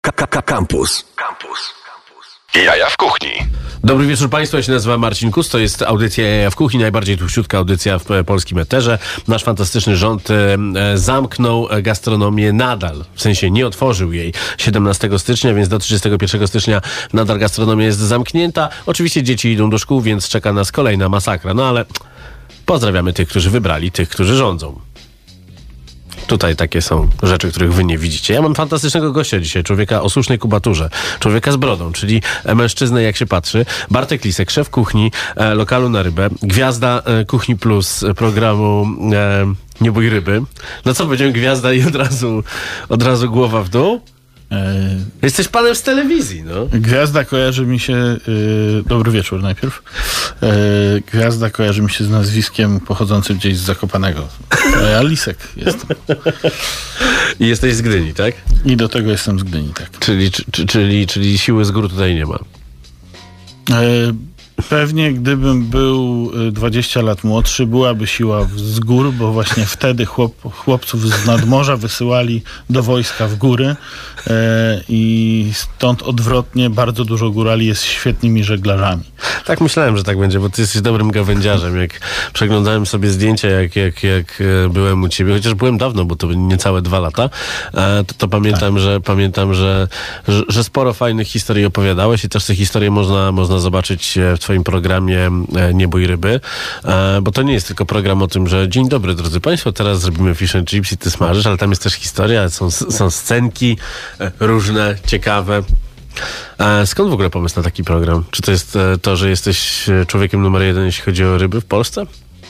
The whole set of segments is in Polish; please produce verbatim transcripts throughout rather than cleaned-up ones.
Campus. Campus. Jaja w kuchni. Dobry wieczór Państwu, ja się nazywam Marcin Kus, to jest audycja Jaja w kuchni, najbardziej tłuściutka audycja w polskim eterze. Nasz fantastyczny rząd e, zamknął gastronomię nadal, w sensie nie otworzył jej siedemnastego stycznia, więc do trzydziestego pierwszego stycznia nadal gastronomia jest zamknięta. Oczywiście dzieci idą do szkół, więc czeka nas kolejna masakra, no ale pozdrawiamy tych, którzy wybrali, tych, którzy rządzą. Tutaj takie są rzeczy, których wy nie widzicie. Ja mam fantastycznego gościa dzisiaj, człowieka o słusznej kubaturze, człowieka z brodą, czyli mężczyznę jak się patrzy. Bartek Lisek, szef kuchni e, lokalu na rybę, gwiazda e, Kuchni Plus programu e, Nie bój ryby. No co, będziemy gwiazda i od razu, od razu głowa w dół? E... Jesteś panem z telewizji, no. Gwiazda kojarzy mi się... Yy, dobry wieczór najpierw. Yy, gwiazda kojarzy mi się z nazwiskiem pochodzącym gdzieś z Zakopanego. Ja Lisek jestem. I jesteś z Gdyni, tak? I do tego jestem z Gdyni, tak. Czyli, czy, czyli, czyli siły z gór tutaj nie ma? Yy, Pewnie gdybym był dwadzieścia lat młodszy, byłaby siła z gór, bo właśnie wtedy chłop, chłopców z nadmorza wysyłali do wojska w góry e, i stąd odwrotnie bardzo dużo górali jest świetnymi żeglarzami. Tak myślałem, że tak będzie, bo ty jesteś dobrym gawędziarzem. Jak przeglądałem sobie zdjęcia, jak, jak, jak byłem u ciebie, chociaż byłem dawno, bo to niecałe dwa lata, to, to pamiętam, tak. że pamiętam, że, że, że sporo fajnych historii opowiadałeś i też te historie można, można zobaczyć w twoim programie Nie bój ryby, bo to nie jest tylko program o tym, że dzień dobry drodzy państwo, teraz zrobimy fish and chips i ty smażysz, ale tam jest też historia, są, są scenki różne, ciekawe. Skąd w ogóle pomysł na taki program? Czy to jest to, że jesteś człowiekiem numer jeden, jeśli chodzi o ryby w Polsce?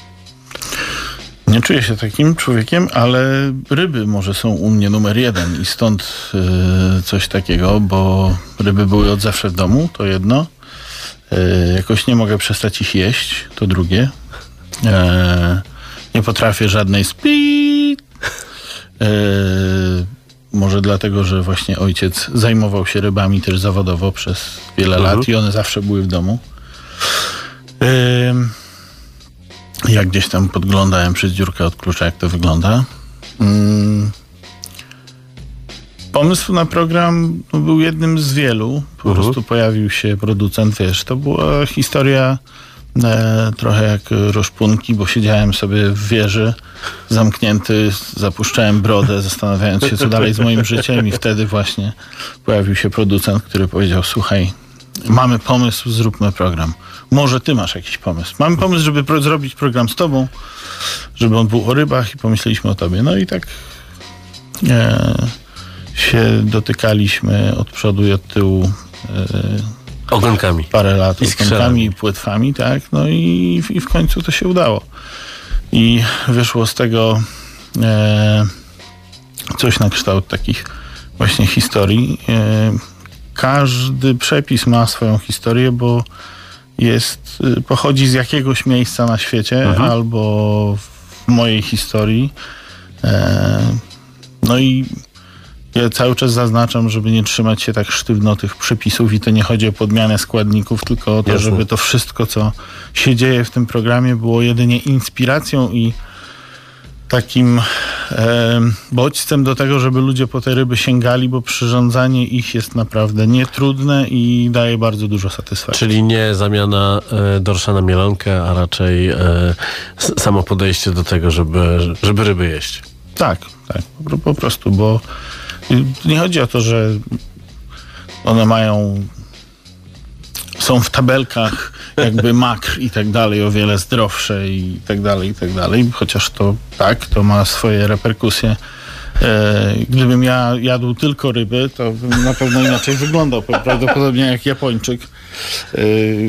Nie czuję się takim człowiekiem, ale ryby może są u mnie numer jeden i stąd yy, coś takiego, bo ryby były od zawsze w domu, to jedno. Yy, jakoś nie mogę przestać ich jeść, to drugie. Yy, nie potrafię żadnej split. Yy, może dlatego, że właśnie ojciec zajmował się rybami też zawodowo przez wiele mhm. lat i one zawsze były w domu. Yy, jak gdzieś tam podglądałem przez dziurkę od klucza, jak to wygląda. Yy, Pomysł na program był jednym z wielu. Po uh-huh. prostu pojawił się producent, wiesz, to była historia e, trochę jak Roszpunki, bo siedziałem sobie w wieży zamknięty, zapuszczałem brodę, zastanawiając się, co dalej z moim życiem i wtedy właśnie pojawił się producent, który powiedział, słuchaj, mamy pomysł, zróbmy program. Może ty masz jakiś pomysł. Mamy pomysł, żeby pro- zrobić program z tobą, żeby on był o rybach i pomyśleliśmy o tobie. No i tak... E, się dotykaliśmy od przodu i od tyłu e, ogonkami. Parę lat I ogonkami i płetwami, tak, no i, i w końcu to się udało. I wyszło z tego e, coś na kształt takich właśnie historii. E, każdy przepis ma swoją historię, bo jest, pochodzi z jakiegoś miejsca na świecie, mhm. albo w mojej historii. E, no i ja cały czas zaznaczam, żeby nie trzymać się tak sztywno tych przepisów i to nie chodzi o podmianę składników, tylko o to, Jasne. żeby to wszystko, co się dzieje w tym programie, było jedynie inspiracją i takim e, bodźcem do tego, żeby ludzie po te ryby sięgali, bo przyrządzanie ich jest naprawdę nietrudne i daje bardzo dużo satysfakcji. Czyli nie zamiana e, dorsza na mielonkę, a raczej e, samo podejście do tego, żeby, żeby ryby jeść. Tak, tak, po, po prostu, bo nie chodzi o to, że one mają, są w tabelkach jakby makr i tak dalej, o wiele zdrowsze i tak dalej, i tak dalej, chociaż to tak, to ma swoje reperkusje. E, gdybym ja jadł tylko ryby, to bym na pewno inaczej wyglądał, prawdopodobnie jak Japończyk. E,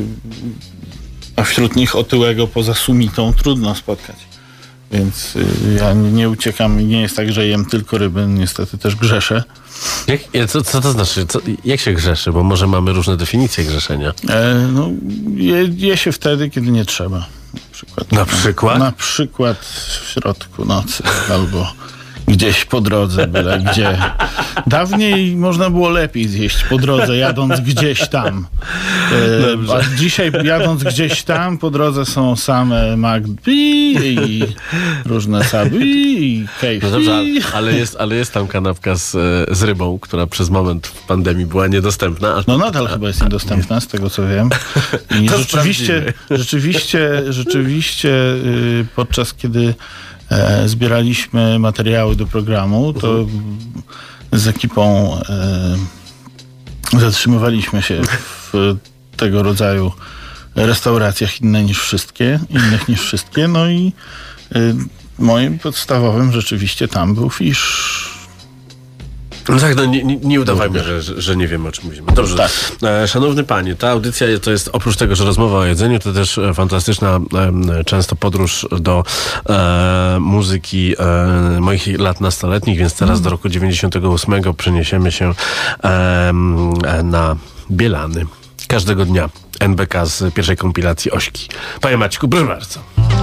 a wśród nich otyłego poza sumitą trudno spotkać. Więc y, ja nie, nie uciekam i nie jest tak, że jem tylko ryby, niestety też grzeszę. Jak, co, co to znaczy? Co, jak się grzeszy? Bo może mamy różne definicje grzeszenia. E, no, je, je się wtedy, kiedy nie trzeba. Na przykład. Na przykład? Na, na przykład w środku nocy albo gdzieś po drodze, byle gdzie. Dawniej można było lepiej zjeść po drodze, jadąc gdzieś tam. E, a dzisiaj jadąc gdzieś tam, po drodze są same McD i różne Subway i K F C. No dobrze, ale jest, ale jest tam kanapka z, z rybą, która przez moment w pandemii była niedostępna. A... No nadal chyba jest niedostępna, z tego co wiem. I To rzeczywiście, rzeczywiście, rzeczywiście yy, podczas kiedy e, zbieraliśmy materiały do programu, to mhm. z ekipą e, zatrzymywaliśmy się w tego rodzaju restauracjach inne niż wszystkie, innych niż wszystkie, no i y, moim podstawowym rzeczywiście tam był fish. No tak, no nie, nie udawajmy, że, że, że nie wiemy, o czym mówimy. Dobrze. Tak. E, szanowny panie, ta audycja to jest oprócz tego, że rozmowa o jedzeniu, to też fantastyczna e, często podróż do e, muzyki e, moich lat nastoletnich, więc teraz mm. do roku dziewięćdziesiątego ósmego przeniesiemy się e, na Bielany. Każdego dnia N B K z pierwszej kompilacji Ośki. Panie Maćku, proszę bardzo.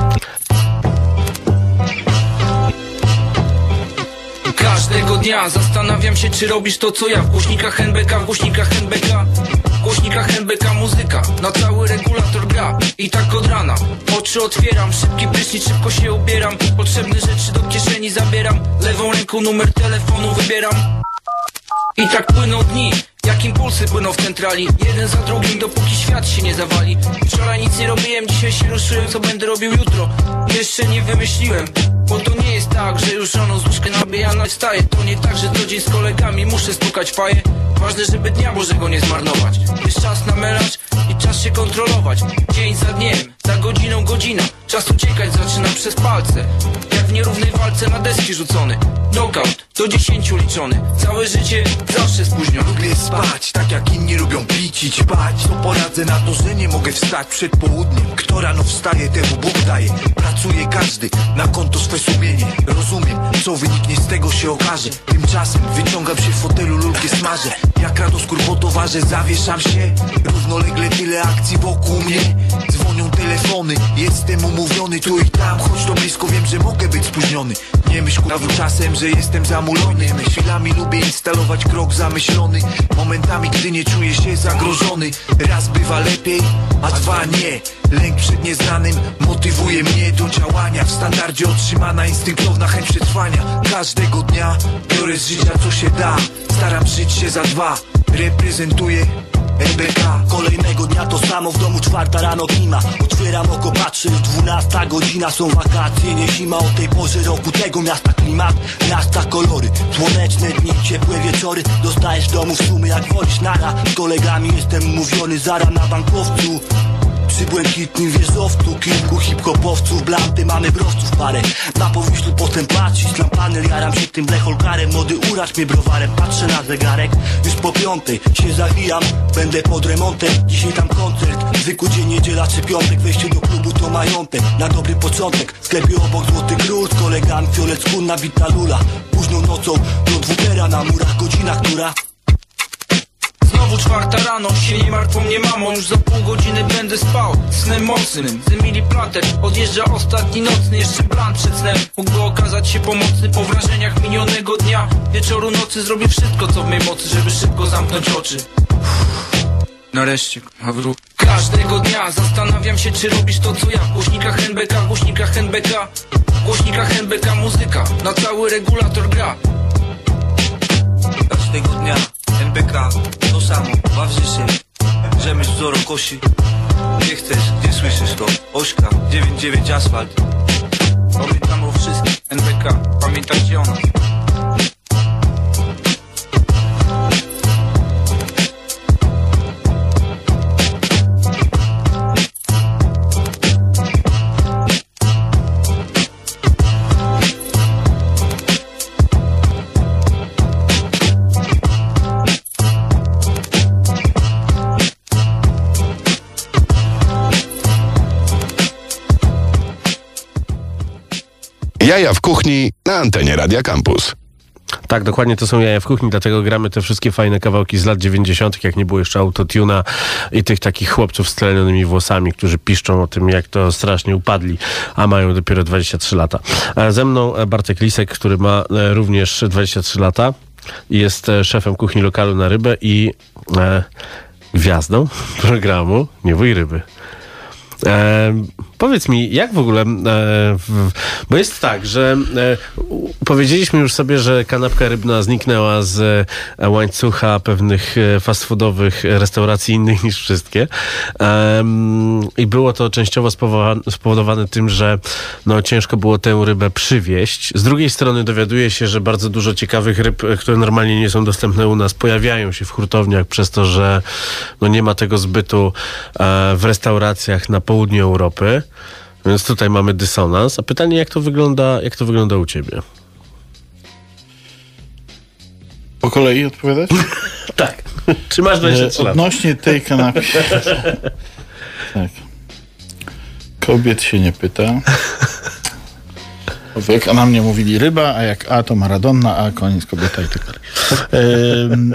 Każdego dnia zastanawiam się, czy robisz to co ja. W głośnikach N B K, w głośnikach N B K, w głośnikach N B K muzyka na cały regulator gra. I tak od rana oczy otwieram, szybki prysznic, szybko się ubieram, potrzebne rzeczy do kieszeni zabieram, lewą ręką numer telefonu wybieram. I tak płyną dni, jak impulsy płyną w centrali, jeden za drugim, dopóki świat się nie zawali. Wczoraj nic nie robiłem, dzisiaj się ruszyłem, co będę robił jutro jeszcze nie wymyśliłem. Bo to nie jest tak, że już rano z łóżka nabijana wstaję. To nie tak, że co dzień z kolegami muszę stukać faję. Ważne, żeby dnia Bożego nie zmarnować. Jest czas na melanż i czas się kontrolować. Dzień za dniem, za godziną godzina. Czas uciekać zaczyna przez palce, jak w nierównej walce na deski rzucony. Knockout, do dziesięciu liczony. Całe życie zawsze spóźniony. Lubię spać, tak jak inni lubią pić i ćpać. To poradzę na to, że nie mogę wstać przed południem. Kto rano wstaje, temu Bóg daje. Pracuje każdy na konto swe sumienie. Rozumiem, co wyniknie z tego się okaże. Tymczasem wyciągam się w fotelu, lulkę smażę. Jak radoskór po towarze zawieszam się. Równolegle tyle akcji wokół mnie. Dzwonią telefony, jestem umówiony tu i tam. Choć to blisko, wiem, że mogę być spóźniony. Nie myśl kurwa czasem, że jestem zamulony. Chwilami lubię instalować krok zamyślony. Momentami, gdy nie czuję się zagrożony. Raz bywa lepiej, a dwa nie. Lęk przed nieznanym motywuje mnie do działania. W standardzie otrzymana instynktowna chęć przetrwania. Każdego dnia biorę z życia co się da. Staram żyć się za dwa. Reprezentuję N B K. Kolejnego dnia to samo, w domu czwarta rano klima. Otwieram oko, patrzę, już dwunasta godzina. Są wakacje, nie zima, o tej porze roku tego miasta klimat, miasta kolory. Słoneczne dni, ciepłe wieczory. Dostajesz w domu w sumie jak wolisz, nara. Z kolegami jestem umówiony zara na bankowcu. Przy błękitnym wieżowcu kilku hip-hopowców, blanty, mamy browców parę. Na Powiślu potem patrzysz na panel, jaram się tym blecholkarem. Młody uracz mnie browarem, patrzę na zegarek. Już po piątej się zawijam, będę pod remontem. Dzisiaj tam koncert, zwykły dzień, niedziela czy piątek. Wejście do klubu to majątek, na dobry początek. W sklepie obok Złoty Król, z kolegami fiolet skórna bita lula. Późną nocą do dwutera na murach godzina, która... Znowu czwarta rano, się nie martw o mnie mamo. Już za pół godziny będę spał snem mocnym. Z Emilii Plater odjeżdża ostatni nocny. Jeszcze blant przed snem mógłby okazać się pomocny. Po wrażeniach minionego dnia, wieczoru, nocy zrobię wszystko co w mej mocy, żeby szybko zamknąć oczy. Uff, nareszcie, wróg. Każdego dnia zastanawiam się, czy robisz to co ja. W głośnikach N B K, w głośnikach N B K, w głośnikach N B K muzyka na cały regulator gra. Każdego dnia N B K, to samo, bawcie się, rzemysł wzoro kosi. Gdzie chcesz, gdzie słyszysz to? Ośka, dziewięć dziewięć asfalt. Pamiętam o wszystkim, N B K, pamiętajcie o nas. Jaja w kuchni na antenie Radia Campus. Tak, dokładnie, to są Jaja w kuchni, dlatego gramy te wszystkie fajne kawałki z lat dziewięćdziesiątych, jak nie było jeszcze autotuna i tych takich chłopców z tlenionymi włosami, którzy piszczą o tym, jak to strasznie upadli, a mają dopiero dwadzieścia trzy lata. A ze mną Bartek Lisek, który ma również dwadzieścia trzy lata i jest szefem kuchni lokalu na rybę i e, gwiazdą programu Nie bój ryby. E, powiedz mi, jak w ogóle, e, w, bo jest tak, że e, u, powiedzieliśmy już sobie, że kanapka rybna zniknęła z e, łańcucha pewnych e, fast foodowych restauracji innych niż wszystkie e, i było to częściowo spowodowane, spowodowane tym, że no, ciężko było tę rybę przywieźć. Z drugiej strony dowiaduje się, że bardzo dużo ciekawych ryb, które normalnie nie są dostępne u nas, pojawiają się w hurtowniach przez to, że no, nie ma tego zbytu e, w restauracjach na południu Europy, więc tutaj mamy dysonans. A pytanie, jak to wygląda, jak to wygląda u ciebie? Po kolei odpowiadać? Tak. Czy masz dwadzieścia trzy lat? Odnośnie tej kanapki. Tak. Kobiet się nie pyta. Jak a na mnie mówili ryba, a jak A to Maradona, a koniec kobieta i tak dalej. Ehm,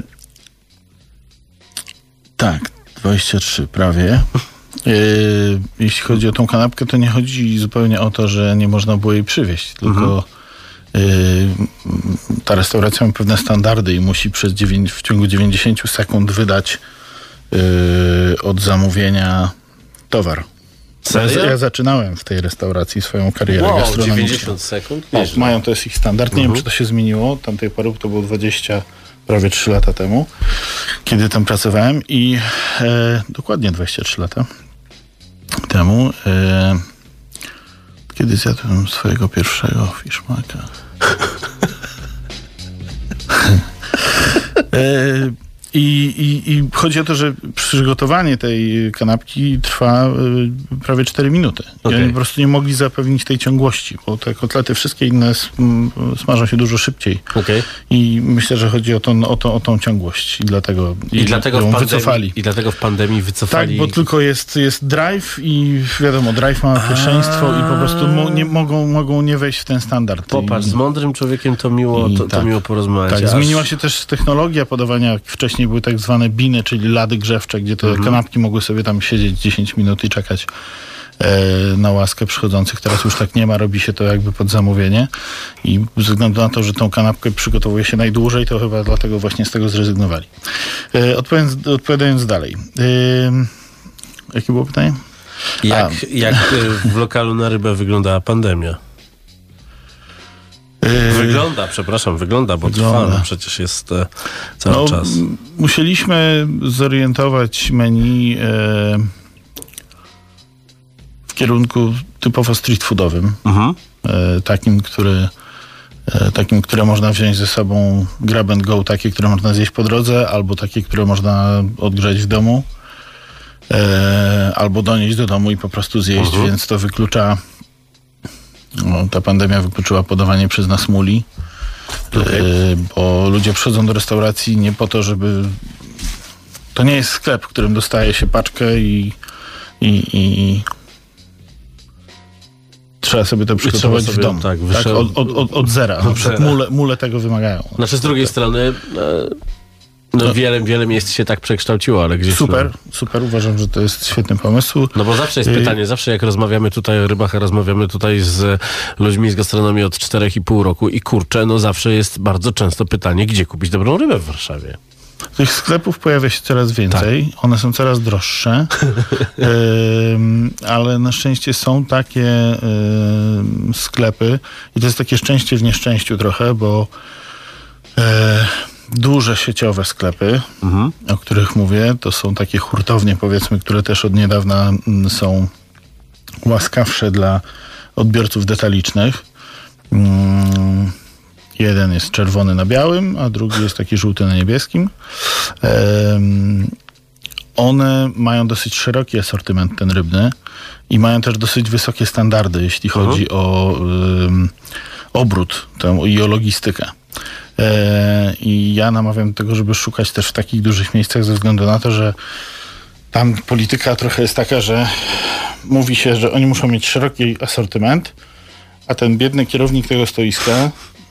tak, dwadzieścia trzy prawie. Yy, jeśli chodzi o tą kanapkę, to nie chodzi zupełnie o to, że nie można było jej przywieźć, tylko yy, ta restauracja ma pewne standardy i musi przez dziewięć, w ciągu dziewięćdziesiąt sekund wydać yy, od zamówienia towar. Serio? Ja zaczynałem w tej restauracji swoją karierę Wow, gastronomiczną. dziewięćdziesiąt sekund? O, mają, to jest ich standard. Nie uh-huh. wiem, czy to się zmieniło. Tamtej pory to było dwadzieścia, prawie trzy lata temu, kiedy tam pracowałem i e, dokładnie dwadzieścia trzy lata temu, e, kiedy zjadłem swojego pierwszego fiszmaka. e, I, i, I chodzi o to, że przygotowanie tej kanapki trwa y, prawie cztery minuty. Okay. I oni po prostu nie mogli zapewnić tej ciągłości, bo te kotlety wszystkie inne sm, smażą się dużo szybciej. Okay. I myślę, że chodzi o, to, o, to, o tą ciągłość i dlatego, I, i dlatego ją w pandemii, wycofali. I dlatego w pandemii wycofali. Tak, bo tylko jest, jest drive i wiadomo, drive ma pierwszeństwo i po prostu mo, nie, mogą, mogą nie wejść w ten standard. Popatrz, I, z mądrym człowiekiem to miło, to, tak, to miło porozmawiać. Tak, aż... zmieniła się też technologia podawania, jak wcześniej były tak zwane biny, czyli lady grzewcze, gdzie te mhm. kanapki mogły sobie tam siedzieć dziesięć minut i czekać e, na łaskę przychodzących. Teraz już tak nie ma, robi się to jakby pod zamówienie i ze względu na to, że tą kanapkę przygotowuje się najdłużej, to chyba dlatego właśnie z tego zrezygnowali. E, odpowiadając, odpowiadając dalej. E, jakie było pytanie? Jak, jak w lokalu na rybę wyglądała pandemia? Wygląda, przepraszam, wygląda, bo wygląda. trwa, no przecież jest e, cały no, czas. Musieliśmy zorientować menu e, w kierunku typowo street foodowym. Mhm. E, takim, który, e, takim, które można wziąć ze sobą grab and go, takie, które można zjeść po drodze, albo takie, które można odgrzać w domu, e, albo donieść do domu i po prostu zjeść, mhm. więc to wyklucza. No, ta pandemia wykluczyła podawanie przez nas muli, okay. y, bo ludzie przychodzą do restauracji nie po to, żeby... To nie jest sklep, w którym dostaje się paczkę i, i, i trzeba sobie to przygotować sobie, w domu. Tak, tak, od, od, od, od zera. Od Na przykład zera. Mule, mule tego wymagają. Znaczy z drugiej strony... E... No, no wiele, wiele miejsc się tak przekształciło, ale gdzieś... Super, no... super, uważam, że to jest świetny pomysł. No bo zawsze jest pytanie, zawsze jak rozmawiamy tutaj o rybach, a rozmawiamy tutaj z ludźmi z gastronomii od czterech i pół roku i kurczę, no zawsze jest bardzo często pytanie, gdzie kupić dobrą rybę w Warszawie. Tych sklepów pojawia się coraz więcej, tak. One są coraz droższe, yy, ale na szczęście są takie yy, sklepy i to jest takie szczęście w nieszczęściu trochę, bo yy, duże sieciowe sklepy, mhm. o których mówię, to są takie hurtownie, powiedzmy, które też od niedawna są łaskawsze dla odbiorców detalicznych. Mm, jeden jest czerwony na białym, a drugi jest taki żółty na niebieskim. Um, one mają dosyć szeroki asortyment ten rybny i mają też dosyć wysokie standardy, jeśli mhm. chodzi o um, obrót tę, i o logistykę. I ja namawiam do tego, żeby szukać też w takich dużych miejscach ze względu na to, że tam polityka trochę jest taka, że mówi się, że oni muszą mieć szeroki asortyment, a ten biedny kierownik tego stoiska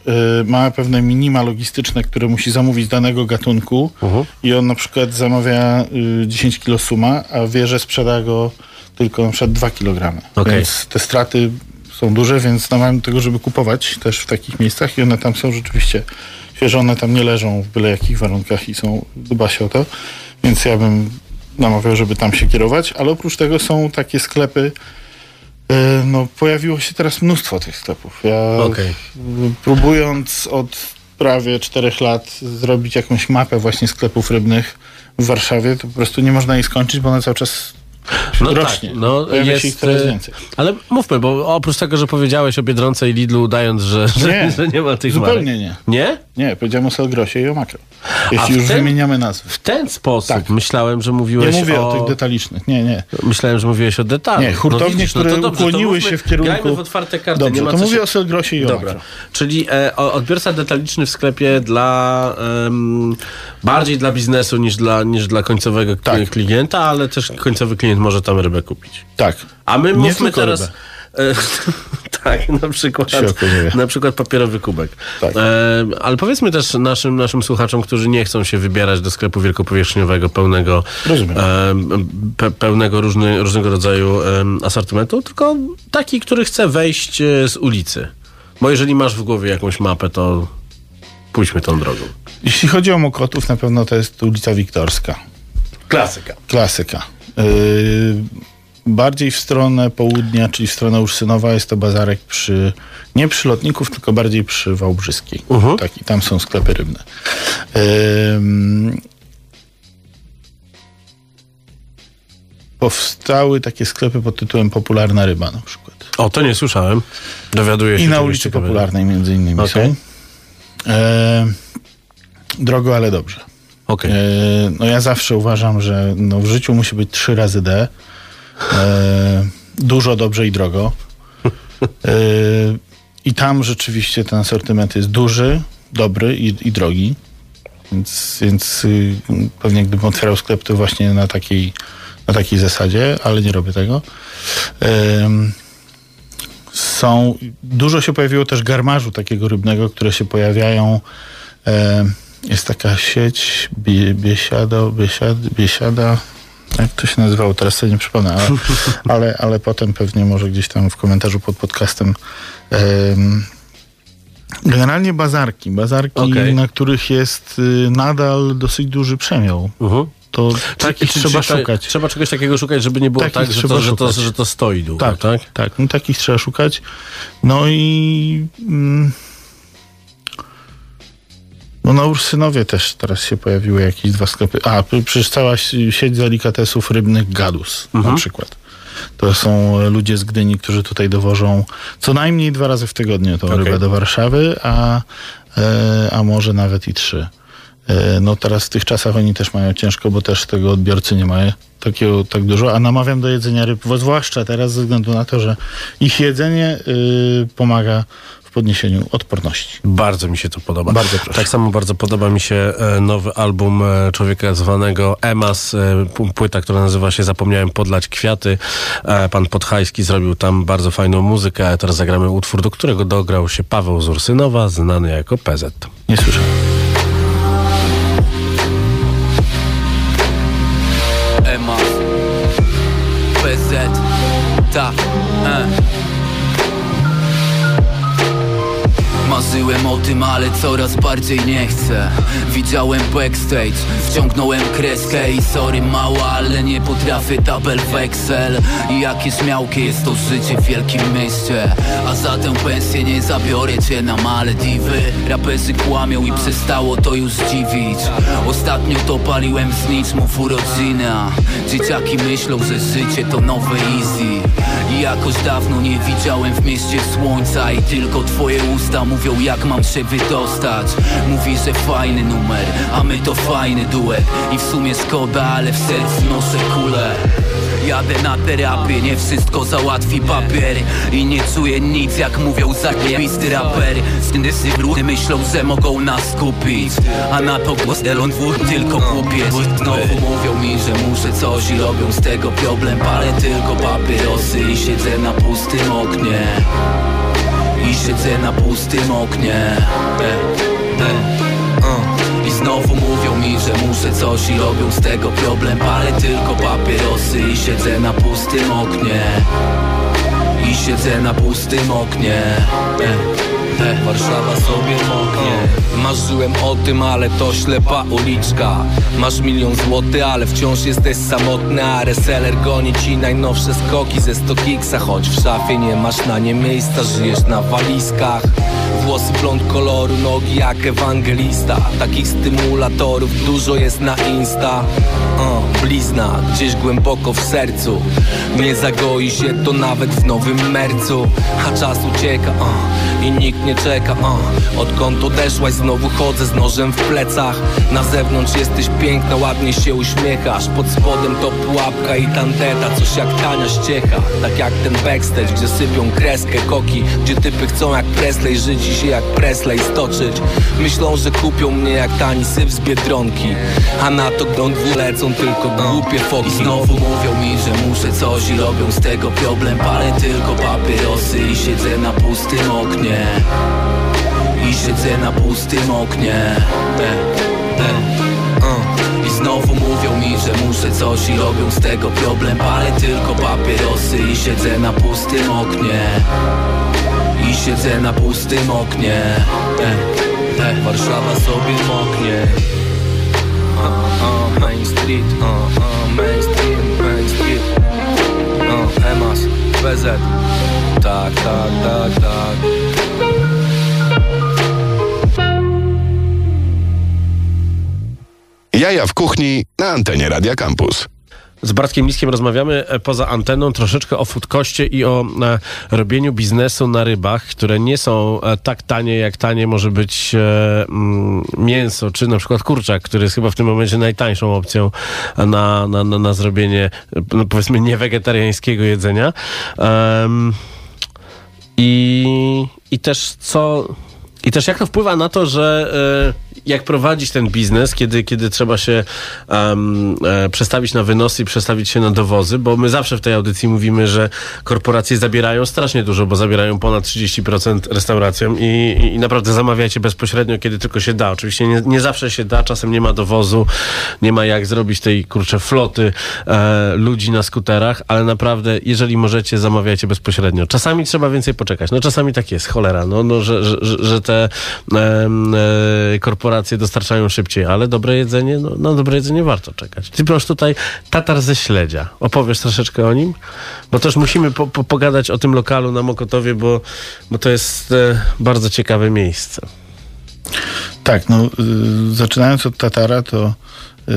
y, ma pewne minima logistyczne, które musi zamówić danego gatunku uh-huh. i on na przykład zamawia y, dziesięć kilo suma, a wie, że sprzeda go tylko na przykład dwa kilogramy. Okay. Więc te straty są duże, więc namawiam do tego, żeby kupować też w takich miejscach i one tam są rzeczywiście świeże, one tam nie leżą w byle jakich warunkach i są, dba się o to, więc ja bym namawiał, żeby tam się kierować, ale oprócz tego są takie sklepy, no pojawiło się teraz mnóstwo tych sklepów. Ja okay. próbując od prawie czterech lat zrobić jakąś mapę właśnie sklepów rybnych w Warszawie, to po prostu nie można jej skończyć, bo ona cały czas no rocznie. Tak, no pojawia jest, się ich coraz więcej. Ale mówmy, bo oprócz tego, że powiedziałeś o Biedronce i Lidlu, udając, że nie, że, że nie ma tych zupełnie marek. nie. Nie? Nie, powiedziałem o Selgrosie i o Makro. Jeśli już ten, wymieniamy nazwy. W ten sposób tak. myślałem, że mówiłeś o... Nie mówię o... o tych detalicznych, nie, nie. Myślałem, że mówiłeś o detalach. Nie, hurtownie, no widzisz, które no dobrze, ukłoniły się w kierunku... Grajmy w otwarte karty. Dobrze, nie ma to co mówię się... o Selgrosie i o Dobra. Makro. Czyli e, odbiorca detaliczny w sklepie dla um, bardziej dla biznesu niż dla, niż dla końcowego tak. klienta, ale też końcowy klient może tam rybę kupić. Tak. A my nie mówmy teraz... Rybę. Tak, na przykład, na przykład papierowy kubek. Tak. E, ale powiedzmy też naszym, naszym słuchaczom, którzy nie chcą się wybierać do sklepu wielkopowierzchniowego pełnego, e, pe, pełnego różny, różnego rodzaju e, asortymentu, tylko taki, który chce wejść e, z ulicy. Bo jeżeli masz w głowie jakąś mapę, to pójdźmy tą drogą. Jeśli chodzi o Mokotów, na pewno to jest ulica Wiktorska. Klasyka. Klasyka. Yy, bardziej w stronę południa, czyli w stronę Ursynowa, jest to bazarek przy, nie przy Lotników, tylko bardziej przy Wałbrzyskiej. Uh-huh. Tak, i tam są sklepy rybne. Yy, powstały takie sklepy pod tytułem Popularna Ryba na przykład. O, to nie słyszałem. Dowiaduję się. I na ulicy Popularnej między innymi okay. są. E, drogo, ale dobrze. Okay. E, no ja zawsze uważam, że no w życiu musi być trzy razy D. E, dużo, dobrze i drogo. E, I tam rzeczywiście ten asortyment jest duży, dobry i, i drogi. Więc, więc y, pewnie gdybym otwierał sklep, to właśnie na takiej, na takiej zasadzie, ale nie robię tego. E, Są, dużo się pojawiło też garmarzu takiego rybnego, które się pojawiają. E, jest taka sieć bie, Biesiada, Biesiada, Biesiada, jak to się nazywało, teraz sobie nie przypomnę, ale, ale, ale potem pewnie może gdzieś tam w komentarzu pod podcastem. E, generalnie bazarki, bazarki, okay. na których jest y, nadal dosyć duży przemiał. Uh-huh. To takich czy, trzeba czy, szukać. Trzeba czegoś takiego szukać, żeby nie było takich tak, że to, że, to, że to stoi długo. Tak, tak. tak. No, takich trzeba szukać. No i mm, no na Ursynowie też teraz się pojawiły jakieś dwa sklepy. A, przecież cała sieć delikatesów rybnych Gadus mhm. na przykład. To są ludzie z Gdyni, którzy tutaj dowożą co najmniej dwa razy w tygodniu tą okay. rybę do Warszawy, a, e, a może nawet i trzy. No teraz w tych czasach oni też mają ciężko, bo też tego odbiorcy nie mają takiego tak dużo, a namawiam do jedzenia ryb, zwłaszcza teraz ze względu na to, że ich jedzenie y, pomaga w podniesieniu odporności. Bardzo mi się to podoba. Bardzo proszę. Tak samo bardzo podoba mi się nowy album człowieka zwanego Emas, płyta, która nazywa się Zapomniałem podlać kwiaty. Pan Podhajski zrobił tam bardzo fajną muzykę, a teraz zagramy utwór, do którego dograł się Paweł z Ursynowa, znany jako P Z. Nie słyszę. Emas, P Z, tak, e. Marzyłem o tym, ale coraz bardziej nie chcę. Widziałem backstage, wciągnąłem kreskę i sorry mała, ale nie potrafię tabel w Excel. I jakie śmiałkie jest to życie w wielkim mieście. A za tę pensję nie zabiorę cię na Malediwy. Raperzy kłamią i przestało to już dziwić. Ostatnio to paliłem z niczmów urodziny, a dzieciaki myślą, że życie to nowe easy. I jakoś dawno nie widziałem w mieście słońca i tylko twoje usta mówią, jak mam się wydostać. Mówi, że fajny numer, a my to fajny duet. I w sumie szkoda, ale w sercu noszę kulę. Jadę na terapię, nie wszystko załatwi papier. I nie czuję nic, jak mówią zajebisty raper. Skindysy brudy myślą, że mogą nas skupić, a na to głos Elon dwóch tylko głupiec. Znowu mówią mi, że muszę coś i robią z tego problem. Palę tylko papierosy i siedzę na pustym oknie. i siedzę na pustym oknie. e, e, uh. I znowu mówią mi, że muszę coś i robią z tego problem. Palę tylko papierosy i siedzę na pustym oknie. I siedzę na pustym oknie. e. Warszawa sobie moknie. Marzyłem o tym, ale to ślepa uliczka. Masz milion złotych, ale wciąż jesteś samotny. A reseller goni ci najnowsze skoki ze sto kiksa. Choć w szafie nie masz na nie miejsca, żyjesz na walizkach. Włosy blond koloru, nogi jak ewangelista. Takich stymulatorów dużo jest na Insta. uh, Blizna gdzieś głęboko w sercu. Nie zagoi się to nawet w nowym mercu. A czas ucieka uh, i nikt nie czeka. uh. Odkąd odeszłaś, znowu chodzę z nożem w plecach. Na zewnątrz jesteś piękna, ładnie się uśmiechasz. Pod spodem to pułapka i tandeta, coś jak tania ściecha. Tak jak ten backstage, gdzie sypią kreskę koki, gdzie typy chcą jak Presley żyć i się jak Presley stoczyć. Myślą, że kupią mnie jak tani syf z Biedronki, a na to grądwu lecą tylko głupie foki. I znowu mówią mi, że muszę coś i robią z tego problem. Palę tylko papierosy i siedzę na pustym oknie. I siedzę na pustym oknie. e, e, uh. I znowu mówią mi, że muszę coś i robią z tego problem. Palę tylko papierosy i siedzę na pustym oknie. I siedzę na pustym oknie. e, e. Warszawa sobie moknie. uh, uh, Main Street, uh, uh, Main Street, Main Street. uh, Emas, B Z. Tak, tak, tak, tak. Jaja w kuchni na antenie Radia Campus. Z Bartkiem Liskiem rozmawiamy poza anteną troszeczkę o foodkoście i o e, robieniu biznesu na rybach, które nie są e, tak tanie, jak tanie może być e, mm, mięso, czy na przykład kurczak, który jest chyba w tym momencie najtańszą opcją na, na, na, na zrobienie, no, powiedzmy, niewegetariańskiego jedzenia. Um, i, I też co... I też jak to wpływa na to, że e, jak prowadzić ten biznes, kiedy, kiedy trzeba się um, e, przestawić na wynosy i przestawić się na dowozy, bo my zawsze w tej audycji mówimy, że korporacje zabierają strasznie dużo, bo zabierają ponad trzydzieści procent restauracjom i, i, i naprawdę zamawiajcie bezpośrednio, kiedy tylko się da. Oczywiście nie, nie zawsze się da, czasem nie ma dowozu, nie ma jak zrobić tej, kurczę, floty e, ludzi na skuterach, ale naprawdę, jeżeli możecie, zamawiajcie bezpośrednio. Czasami trzeba więcej poczekać. No czasami tak jest, cholera, no, no że, że, że te te e, e, korporacje dostarczają szybciej, ale dobre jedzenie, no, na dobre jedzenie warto czekać. Ty proszę tutaj tatar ze Śledzia. Opowiesz troszeczkę o nim? Bo też musimy po, po, pogadać o tym lokalu na Mokotowie, bo, bo to jest e, bardzo ciekawe miejsce. Tak, no y, zaczynając od tatara, to y,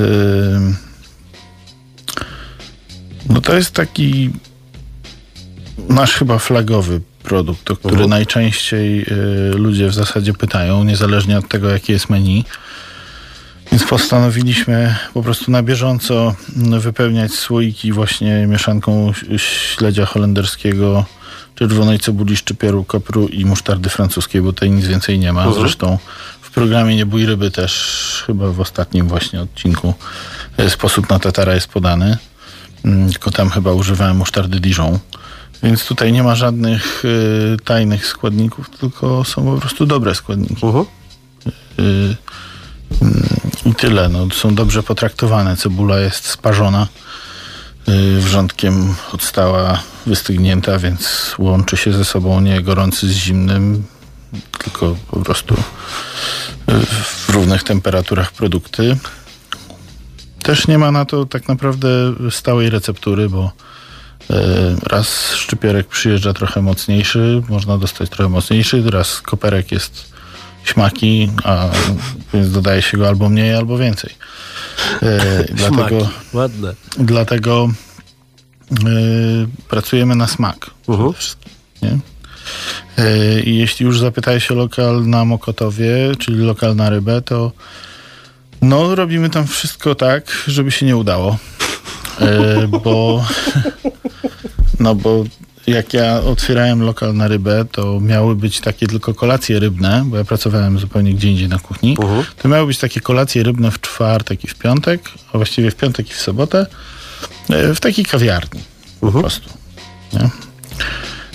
no to jest taki nasz chyba flagowy produkt, o który uh-huh. najczęściej y, ludzie w zasadzie pytają, niezależnie od tego, jakie jest menu. Więc postanowiliśmy po prostu na bieżąco wypełniać słoiki właśnie mieszanką śledzia holenderskiego, czerwonej cebuli, szczypieru, kopru i musztardy francuskiej, bo tutaj nic więcej nie ma. Uh-huh. Zresztą w programie Nie bój ryby też chyba w ostatnim właśnie odcinku sposób na tatara jest podany. Tylko tam chyba używałem musztardy Dijon. Więc tutaj nie ma żadnych y, tajnych składników, tylko są po prostu dobre składniki. Uh-huh. y, y, I tyle. No, są dobrze potraktowane. Cebula jest sparzona, y, wrzątkiem odstała, wystygnięta, więc łączy się ze sobą nie gorący z zimnym, tylko po prostu y, w równych temperaturach produkty. Też nie ma na to tak naprawdę stałej receptury, bo raz szczypierek przyjeżdża trochę mocniejszy, można dostać trochę mocniejszy, raz koperek jest śmaki, a więc dodaje się go albo mniej, albo więcej. E, dlatego ładne. Dlatego e, pracujemy na smak. Uh-huh. Nie? E, I jeśli już zapytałeś o lokal na Mokotowie, czyli lokal na rybę, to no robimy tam wszystko tak, żeby się nie udało. E, bo no bo jak ja otwierałem lokal na rybę, to miały być takie tylko kolacje rybne, bo ja pracowałem zupełnie gdzie indziej na kuchni. Uh-huh. To miały być takie kolacje rybne w czwartek i w piątek, a właściwie w piątek i w sobotę, w takiej kawiarni. Uh-huh. Po prostu. Nie?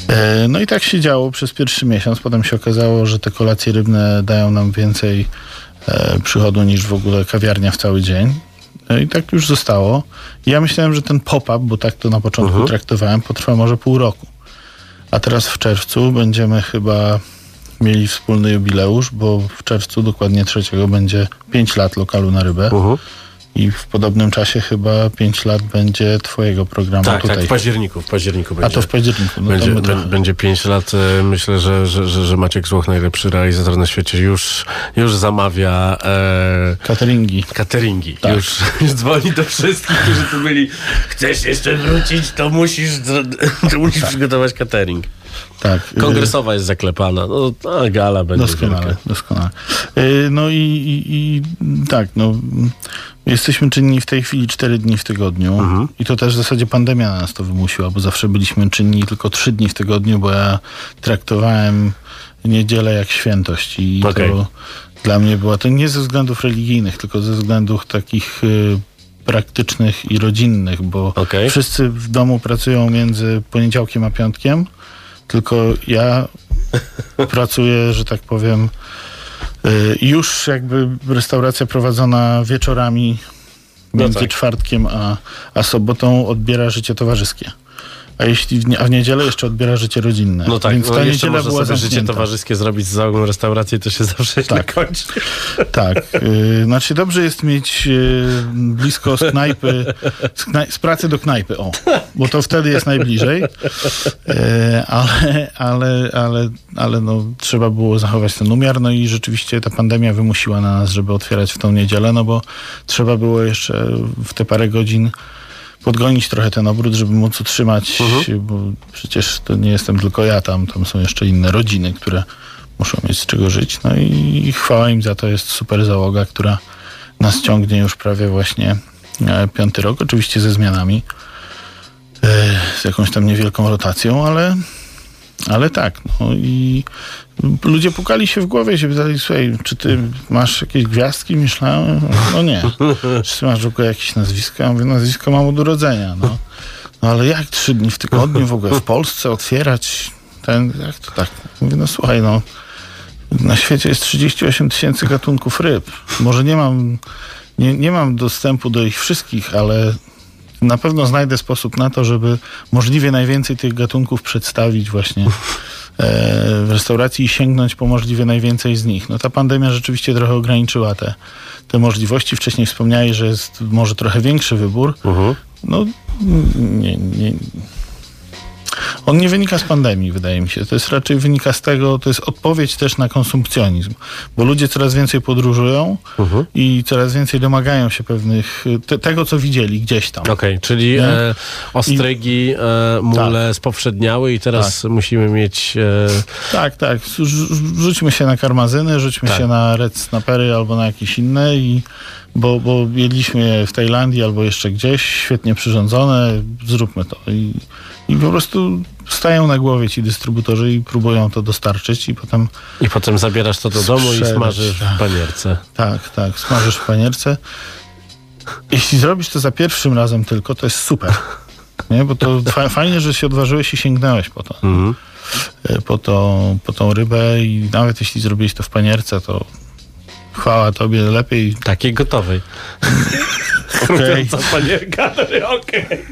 E, no i tak się działo przez pierwszy miesiąc. Potem się okazało, że te kolacje rybne dają nam więcej e, przychodu niż w ogóle kawiarnia w cały dzień. No i tak już zostało. I ja myślałem, że ten pop-up, bo tak to na początku uh-huh. traktowałem, potrwa może pół roku. A teraz w czerwcu będziemy chyba mieli wspólny jubileusz, bo w czerwcu dokładnie trzeciego będzie pięć lat lokalu na rybę. Uh-huh. I w podobnym czasie chyba pięć lat będzie twojego programu tak, tutaj. Tak, w październiku. W październiku będzie. A to w październiku. No będzie, to b- będzie pięć lat. Myślę, że, że, że, że Maciek Złoch, najlepszy realizator na świecie, już, już zamawia e, cateringi. Cateringi. Tak. Już, już dzwoni do wszystkich, którzy tu byli. Chcesz jeszcze wrócić, to musisz, to musisz tak. przygotować catering. Tak. Kongresowa jest zaklepana. No, a gala będzie. Doskonale, wielka. doskonale. No i, i, i tak, no jesteśmy czynni w tej chwili cztery dni w tygodniu mhm. i to też w zasadzie pandemia na nas to wymusiła, bo zawsze byliśmy czynni tylko trzy dni w tygodniu, bo ja traktowałem niedzielę jak świętość i okay. to dla mnie była to nie ze względów religijnych, tylko ze względów takich y, praktycznych i rodzinnych, bo okay. wszyscy w domu pracują między poniedziałkiem a piątkiem, tylko ja pracuję, że tak powiem, już jakby restauracja prowadzona wieczorami między no tak. czwartkiem a, a sobotą odbiera życie towarzyskie. A jeśli w, nie, a w niedzielę jeszcze odbiera życie rodzinne. No tak, więc no ta jeszcze niedziela można była sobie zamknięta. życie towarzyskie zrobić z załogą restauracji, to się zawsze źle tak. kończy. Tak. Yy, znaczy dobrze jest mieć yy, blisko z knajpy, z, knaj- z pracy do knajpy, o, bo to wtedy jest najbliżej. Yy, ale, ale, ale, ale no, trzeba było zachować ten umiar, no i rzeczywiście ta pandemia wymusiła na nas, żeby otwierać w tą niedzielę, no bo trzeba było jeszcze w te parę godzin podgonić trochę ten obrót, żeby móc utrzymać, mhm. bo przecież to nie jestem tylko ja tam, tam są jeszcze inne rodziny, które muszą mieć z czego żyć. No i chwała im za to, jest super załoga, która nas ciągnie już prawie właśnie e, piąty rok, oczywiście ze zmianami, e, z jakąś tam niewielką rotacją, ale ale tak, no i ludzie pukali się w głowie i się pytali, słuchaj, czy ty masz jakieś gwiazdki? Myślałem, no nie. Czy ty masz w ogóle jakieś nazwiska? Ja mówię, nazwisko mam od urodzenia, no. No ale jak trzy dni w tygodniu w ogóle w Polsce otwierać ten, jak to tak? Mówię, no słuchaj, no na świecie jest trzydzieści osiem tysięcy gatunków ryb. Może nie mam, nie, nie mam dostępu do ich wszystkich, ale na pewno znajdę sposób na to, żeby możliwie najwięcej tych gatunków przedstawić właśnie e, w restauracji i sięgnąć po możliwie najwięcej z nich. No ta pandemia rzeczywiście trochę ograniczyła te, te możliwości. Wcześniej wspomniałeś, że jest może trochę większy wybór. Uh-huh. No nie, nie. On nie wynika z pandemii, wydaje mi się. To jest raczej wynika z tego, to jest odpowiedź też na konsumpcjonizm. Bo ludzie coraz więcej podróżują uh-huh. i coraz więcej domagają się pewnych, te, tego co widzieli gdzieś tam. Okej, okay, czyli e, ostrygi, I, e, mule tak. spowszedniały i teraz tak. musimy mieć... E... Tak, tak. Rzućmy się na karmazyny, rzućmy tak. się na red snapery albo na jakieś inne i bo, bo jedliśmy je w Tajlandii albo jeszcze gdzieś, świetnie przyrządzone, zróbmy to. I, i po prostu stają na głowie ci dystrybutorzy i próbują to dostarczyć i potem... I potem zabierasz to do domu i smażysz tak. w panierce. Tak, tak, smażysz w panierce. Jeśli zrobisz to za pierwszym razem tylko, to jest super. Nie? Bo to fa- fajnie, że się odważyłeś i sięgnąłeś po to. Mhm. Po, to, po tą rybę i nawet jeśli zrobiłeś to w panierce, to chwała tobie, lepiej... Takiej gotowej. Okej. Okay. Panierka, okej. Okay.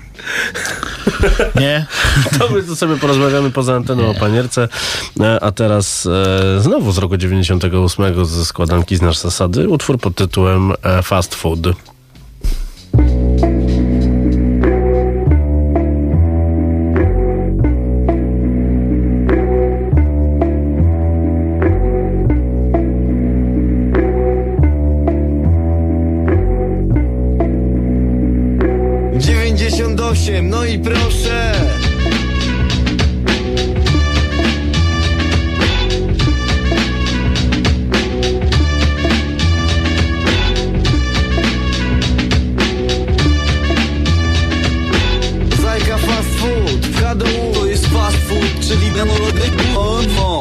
Nie. To my to sobie porozmawiamy poza anteną nie. o panierce. A teraz e, znowu z roku dziewięćdziesiątego ósmego ze składanki Znasz zasady, utwór pod tytułem e, Fast Food. No i proszę. Zajka fast food, w H D U to jest fast food, czyli denology. O,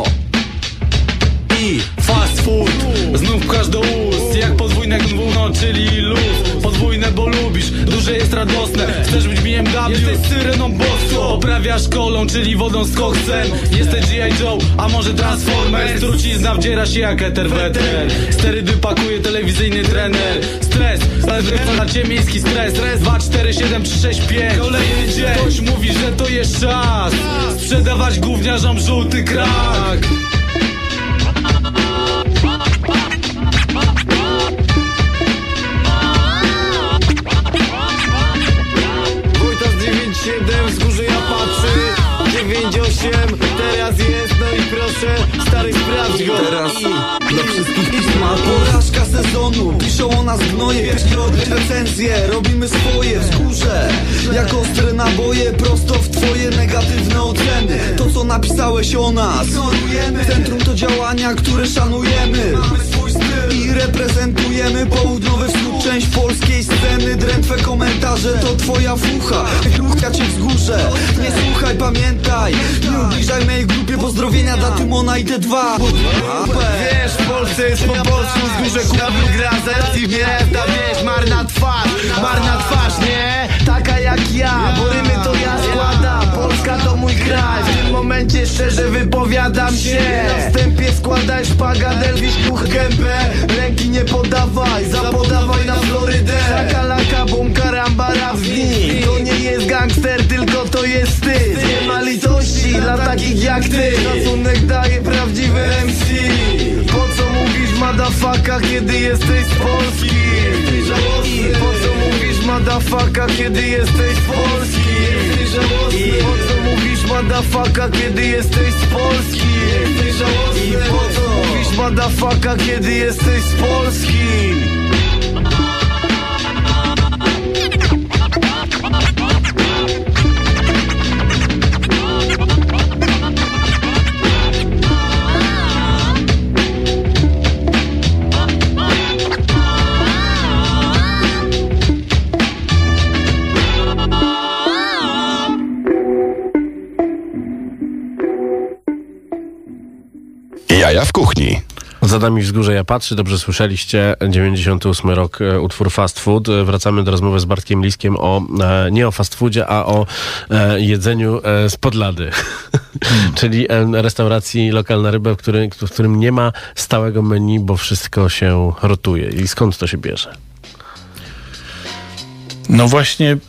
i fast food, znów każdy ust, jak podwójne gówno, czyli luz, podwójne Fajne, bo lubisz, duże jest radosne. Chcesz być B M W, jesteś syreną bosko. Oprawiasz kolą, czyli wodą z koksem. Jesteś G I Joe, a może Transformers. Trucizna wdziera się jak eter weter. Sterydy pakuje telewizyjny trener. Stres, na cię miejski stres. Dwa, cztery, siedem, trzy, sześć, pięć. Kolejny dzień, ktoś mówi, że to jest czas sprzedawać gówniarzom żółty krak. siedem, wzgórze ja patrzy, dziewięć osiem, teraz jest, no i proszę, stary sprawdź go. Teraz I dla wszystkich pisma. Porażka sezonu, piszą o nas gnoje, recenzje, robimy swoje wzgórze, jak ostre naboje, prosto w twoje negatywne oceny. To co napisałeś o nas, ignorujemy. Centrum to działania, które szanujemy. Mamy swój styl i reprezentujemy południowy wschód, część polskiej sceny. Drętwe komentarze to twoja fucha, rucha cię wzgórze. Nie słuchaj, pamiętaj, nie ubliżaj mojej grupie. Pozdrowienia dla Tymona i T dwa. Wiesz, w Polsce jest po polsku wzgórze kupił gra, zaraz i wierta. Wiesz, marna twarz, marna twarz, nie? Taka jak ja, bo rymy to ja składam. Polska to mój kraj, w tym momencie szczerze wypowiadam się. Na wstępie składaj szpagat, Elvis puch gębę. Ręki nie podawaj, zapodawaj na Florydę. Szakalaka, bum, karamba, rap z nim. To nie jest gangster, tylko to jest wstyd. Nie ma litości dla takich jak ty. Szacunek daje prawdziwy M C. Po co mówisz madafaka, kiedy jesteś z Polski? Po co mówisz madafaka, kiedy jesteś z Polski? Po co mówisz madafaka, kiedy jesteś z Polski? Po co mówisz madafaka, kiedy jesteś z Polski? Jaja w kuchni. Za nami wzgórze ja patrzy, dobrze słyszeliście, dziewięćdziesiąty ósmy rok, utwór Fast Food. Wracamy do rozmowy z Bartkiem Liskiem o, e, nie o fast foodzie, a o e, jedzeniu e, z podlady. Hmm. Czyli e, restauracji Lokal na Rybę, w, który, w którym nie ma stałego menu, bo wszystko się rotuje. I skąd to się bierze? No właśnie...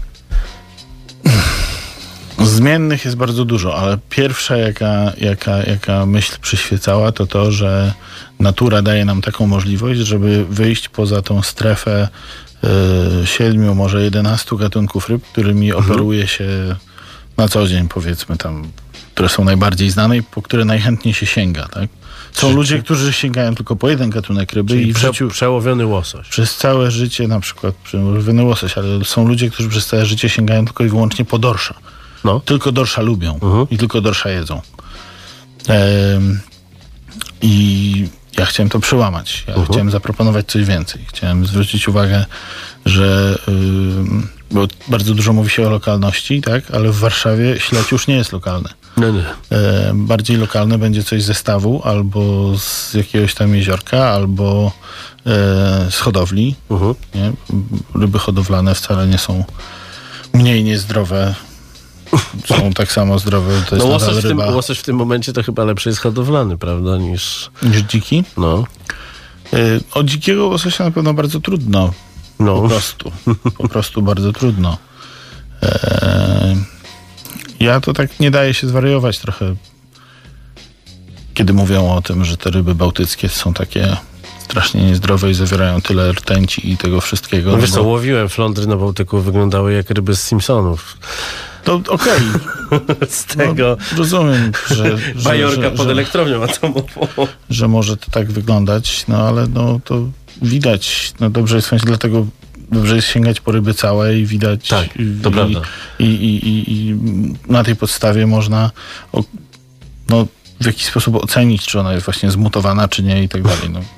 Zmiennych jest bardzo dużo, ale pierwsza jaka, jaka, jaka myśl przyświecała, to to, że natura daje nam taką możliwość, żeby wyjść poza tą strefę y, siedmiu, może jedenastu gatunków ryb, którymi mhm. operuje się na co dzień, powiedzmy tam, które są najbardziej znane i po które najchętniej się sięga, tak? Są Czyli ludzie, którzy sięgają tylko po jeden gatunek ryby. Czyli i w prze, życiu przełowiony łosoś. Przez całe życie, na przykład przełowiony łosoś, ale są ludzie, którzy przez całe życie sięgają tylko i wyłącznie po dorsza. No. Tylko dorsza lubią uh-huh. i tylko dorsza jedzą. Ehm, I ja chciałem to przełamać. Ja uh-huh. chciałem zaproponować coś więcej. Chciałem zwrócić uwagę, że ym, bo bardzo dużo mówi się o lokalności, tak? Ale w Warszawie śledź już nie jest lokalny. No nie. E, bardziej lokalne będzie coś ze stawu, albo z jakiegoś tam jeziorka, albo e, z hodowli. Uh-huh. Nie? Ryby hodowlane wcale nie są mniej niezdrowe. Są tak samo zdrowe. To jest no łosoś w, tym, ryba. łosoś w tym momencie to chyba lepszy jest hodowlany, prawda, niż... Niż dziki? No. Y, od dzikiego łososia na pewno bardzo trudno. No. Po prostu. Po prostu bardzo trudno. E, ja to tak nie daje się zwariować trochę, kiedy mówią o tym, że te ryby bałtyckie są takie strasznie niezdrowe i zawierają tyle rtęci i tego wszystkiego. No wiesz no co, bo... łowiłem flądry na Bałtyku, wyglądały jak ryby z Simpsonów. To okej. Okay. Z tego... No, rozumiem, że... Bajorka że, pod że, elektrownią atomową. Że może to tak wyglądać, no ale no to widać. No dobrze jest, dlatego dobrze jest sięgać po ryby całe i widać... Tak, to i, prawda. I, i, i, I na tej podstawie można o, no, w jakiś sposób ocenić, czy ona jest właśnie zmutowana, czy nie i tak dalej. No.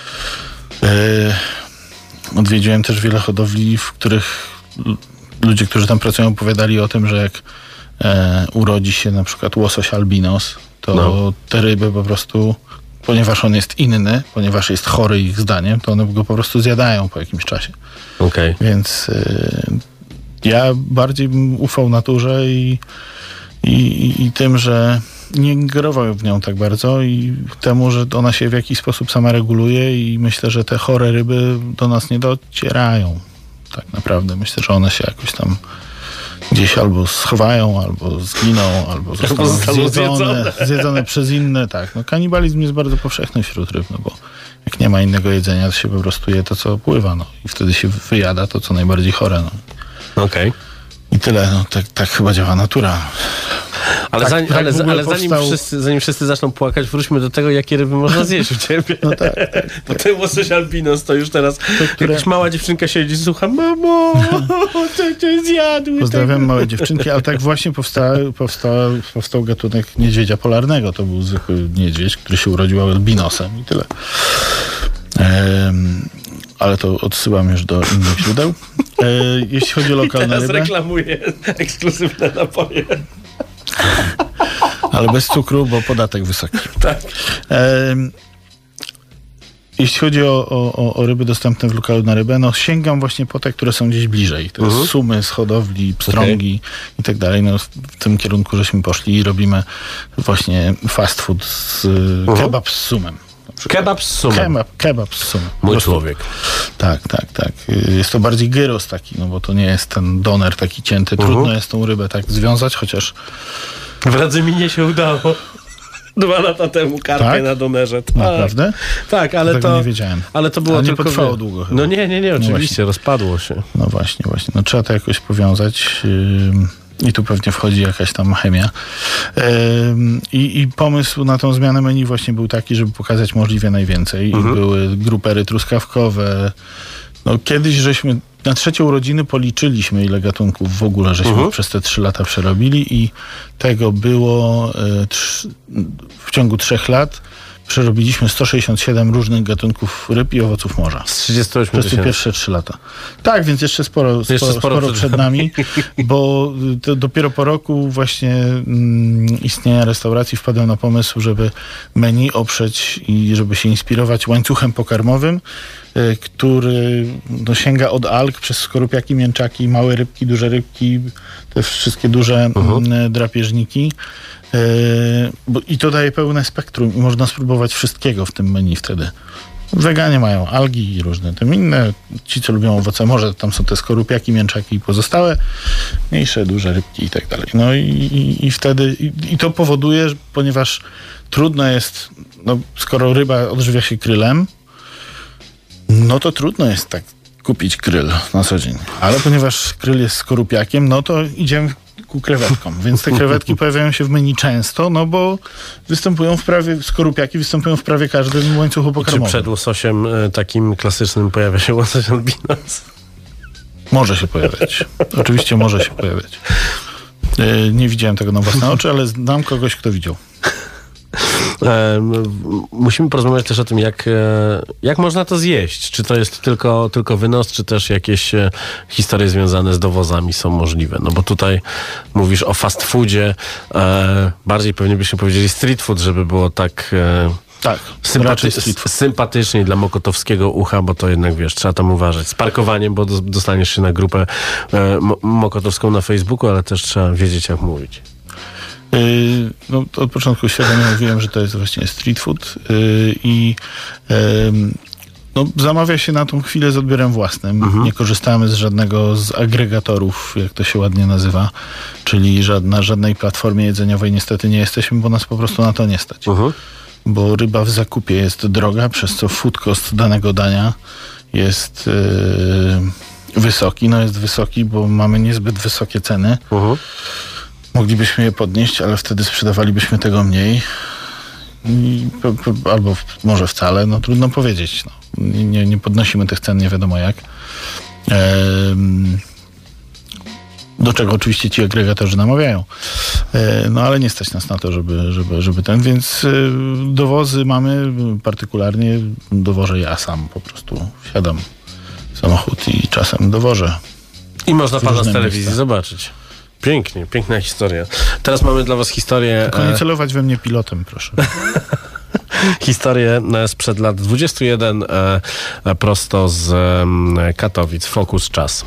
Yy, odwiedziłem też wiele hodowli, w których ludzie, którzy tam pracują, opowiadali o tym, że jak e, urodzi się na przykład łosoś albinos, to no. te ryby po prostu ponieważ on jest inny, ponieważ jest chory ich zdaniem, to one go po prostu zjadają po jakimś czasie. Okay. Więc y, ja bardziej bym ufał naturze i, i, i tym, że nie ingerował w nią tak bardzo i temu, że ona się w jakiś sposób sama reguluje i myślę, że te chore ryby do nas nie docierają. Tak naprawdę. Myślę, że one się jakoś tam gdzieś albo schowają, albo zginą, albo zostaną, zostaną zjedzone, zjedzone. zjedzone przez inne. Tak. No, kanibalizm jest bardzo powszechny wśród ryb, no bo jak nie ma innego jedzenia, to się po prostu je to, co pływa. No. I wtedy się wyjada to, co najbardziej chore. No. Okej. Okay. I tyle. No, tak, tak chyba działa natura. Ale, tak, zanim, tak ale, ale zanim, powstał... wszyscy, zanim wszyscy zaczną płakać, wróćmy do tego, jakie ryby można zjeść u ciebie. No tak, tak. Bo ten łosoś albinos to już teraz to, które... jakaś mała dziewczynka siedzi i słucha: mamo, to cię zjadły. Pozdrawiam tego. Małe dziewczynki, ale tak właśnie powstał, powstał, powstał gatunek niedźwiedzia polarnego. To był zwykły niedźwiedź, który się urodził albinosem i tyle. Um, ale to odsyłam już do innych źródeł. E, jeśli chodzi o lokalne ryby... teraz rybę, reklamuję ekskluzywne napoje. Ale bez cukru, bo podatek wysoki. Tak. E, jeśli chodzi o, o, o ryby dostępne w lokalu na rybę, no sięgam właśnie po te, które są gdzieś bliżej. To jest uh-huh. sumy z hodowli, pstrągi okay. i tak dalej. No, w tym kierunku żeśmy poszli i robimy właśnie fast food z uh-huh. kebab z sumem. Kebab z sumem. Kebab, kebab z sumem. Mój człowiek. Tak, tak, tak. Jest to bardziej gyros taki, no bo to nie jest ten doner taki cięty. Uh-huh. Trudno jest tą rybę tak związać, chociaż... W Radzyminie się udało. Dwa lata temu karpę tak? na donerze. Tak. Naprawdę? Tak, ale Tego to... nie wiedziałem. Ale to było ale nie tylko... potrwało długo chyba. No nie, nie, nie, oczywiście. No rozpadło się. No właśnie, właśnie. No trzeba to jakoś powiązać. Yy... I tu pewnie wchodzi jakaś tam chemia. I, I pomysł na tą zmianę menu właśnie był taki, żeby pokazać możliwie najwięcej. Mhm. Były grupery truskawkowe. No, kiedyś żeśmy na trzecie urodziny policzyliśmy, ile gatunków w ogóle żeśmy mhm. przez te trzy lata przerobili i tego było e, trz, w ciągu trzech lat przerobiliśmy sto sześćdziesiąt siedem różnych gatunków ryb i owoców morza. Z trzydziestu ośmiu Przez te pierwsze trzy lata. Tak, więc jeszcze sporo, jeszcze sporo, sporo, sporo przed nami, bo to dopiero po roku właśnie mm, istnienia restauracji wpadłem na pomysł, żeby menu oprzeć i żeby się inspirować łańcuchem pokarmowym, y, który no, sięga od alg przez skorupiaki, mięczaki, małe rybki, duże rybki, te wszystkie duże uh-huh. y, drapieżniki. Bo i to daje pełne spektrum i można spróbować wszystkiego w tym menu wtedy. Weganie mają algi i różne tym inne. Ci, co lubią owoce morza, tam są te skorupiaki, mięczaki i pozostałe mniejsze, duże rybki i tak dalej. No i, i, i wtedy i, i to powoduje, że, ponieważ trudno jest, no, skoro ryba odżywia się krylem, no to trudno jest tak kupić kryl na co dzień. Ale ponieważ kryl jest skorupiakiem, no to idziemy ku krewetkom. Więc te krewetki pojawiają się w menu często, no bo występują w prawie, skorupiaki występują w prawie każdym łańcuchu pokarmowym. Czy przed łososiem takim klasycznym pojawia się łosoś albinos? Może się pojawiać. Oczywiście może się pojawiać. Nie widziałem tego na własne oczy, ale znam kogoś, kto widział. Musimy porozmawiać też o tym, jak, jak można to zjeść. Czy to jest tylko, tylko wynos, czy też jakieś historie związane z dowozami są możliwe. No bo tutaj mówisz o fast foodzie, bardziej pewnie byśmy powiedzieli street food, żeby było tak... Tak, Sympaty- sympatycznie dla mokotowskiego ucha, bo to jednak, wiesz, trzeba tam uważać. Z parkowaniem, bo dostaniesz się na grupę e, mokotowską na Facebooku, ale też trzeba wiedzieć, jak mówić. Yy, no, od początku świadomie mówiłem, że to jest właśnie street food yy, i yy, no, zamawia się na tą chwilę z odbiorem własnym. Mhm. Nie korzystamy z żadnego z agregatorów, jak to się ładnie nazywa, czyli żadna, żadnej platformie jedzeniowej niestety nie jesteśmy, bo nas po prostu na to nie stać. Mhm. Bo ryba w zakupie jest droga, przez co food cost danego dania jest yy, wysoki. No jest wysoki, bo mamy niezbyt wysokie ceny. Uh-huh. Moglibyśmy je podnieść, ale wtedy sprzedawalibyśmy tego mniej. I, po, po, albo w, może wcale, no trudno powiedzieć. No. Nie, nie podnosimy tych cen nie wiadomo jak. Ehm, do czego oczywiście ci agregatorzy namawiają. E, no ale nie stać nas na to, żeby, żeby, żeby ten, więc e, dowozy mamy, partykularnie dowożę ja sam, po prostu wsiadam w samochód i czasem dowożę. I można pana z telewizji miejsca zobaczyć. Pięknie, piękna historia. Teraz mamy dla was historię... Tylko nie celować we mnie pilotem, proszę. Historię sprzed lat dwudziestu jeden e, prosto z e, Katowic. Fokus, czas.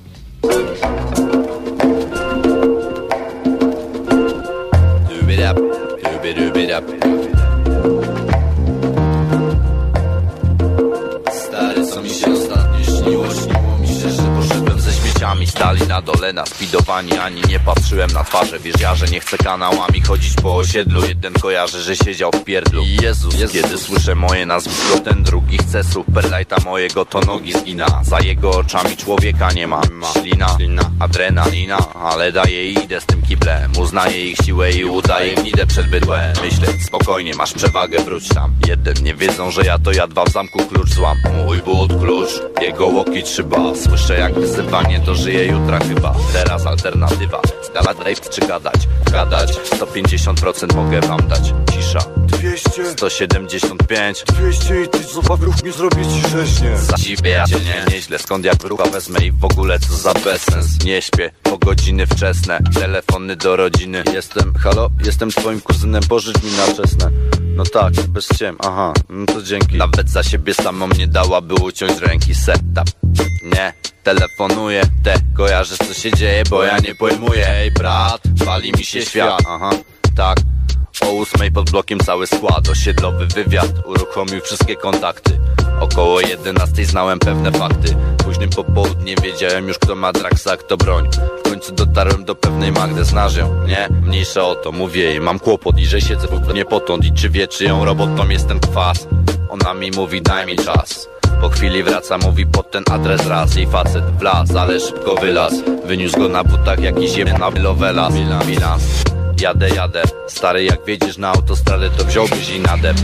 Stary, co mi się ostatnio śniło, śniło mi się, że poszedłem ze śmieciami. Stali na dole naspidowani, ani nie patrzyłem na twarze. Wiesz, ja, że nie chcę kanałami chodzić po osiedlu. Jeden kojarzy, że siedział w pierdlu. I Jezus, Jezus, kiedy słyszę moje nazwisko, ten drugi chce superlighta mojego, to nogi zgina. Za jego oczami człowieka nie ma. Ślina, ślina, adrenalina, ale daję i idę z tym kiblem. Uznaję ich siłę i udaję im idę przed bydłem. Myślę, spokojnie, masz przewagę, wróć tam. Jeden nie wiedzą, że ja to ja dwa w zamku klucz złam. Mój but klucz, jego łoki trzyba. Słyszę jak wyzywanie, to żyje jutra chyba. Teraz alternatywa, skala rave czy gadać? Gadać, sto pięćdziesiąt procent mogę wam dać. Cisza, dwieście, sto siedemdziesiąt pięć, dwieście i ty co ruch mi zrobię ci rzeźnie. Zadziwię ja się nie, nieźle, skąd jak rucha wezmę i w ogóle co za bezsens. Nie śpię, po godziny wczesne, telefony do rodziny. Jestem, halo, jestem twoim kuzynem, pożycz mi na wczesne. No tak, bez ciem, aha, no to dzięki. Nawet za siebie samą nie dałaby uciąć ręki. Setup, nie, telefonuję, te kojarzę co się dzieje, bo ja nie pojmuję. Ej brat, wali mi się świat, aha, tak. O ósmej pod blokiem cały skład, osiedlowy wywiad, uruchomił wszystkie kontakty. Około jedenastej znałem pewne fakty. Późnym popołudnie wiedziałem już kto ma draksa, kto broń. W końcu dotarłem do pewnej Magdy, znasz ją, nie? Mniejsza o to, mówię jej, mam kłopot i że siedzę w nie potąd. I czy wie, czy ją robotą jest ten kwas? Ona mi mówi, daj mi czas. Po chwili wraca, mówi pod ten adres raz. Jej facet wlazł, ale szybko wylazł. Wyniósł go na butach jakiś ziemny na Lovelas. Bilans. Jadę, jadę, stary, jak wiedziesz na autostradę, to wziąłbyś i nadep.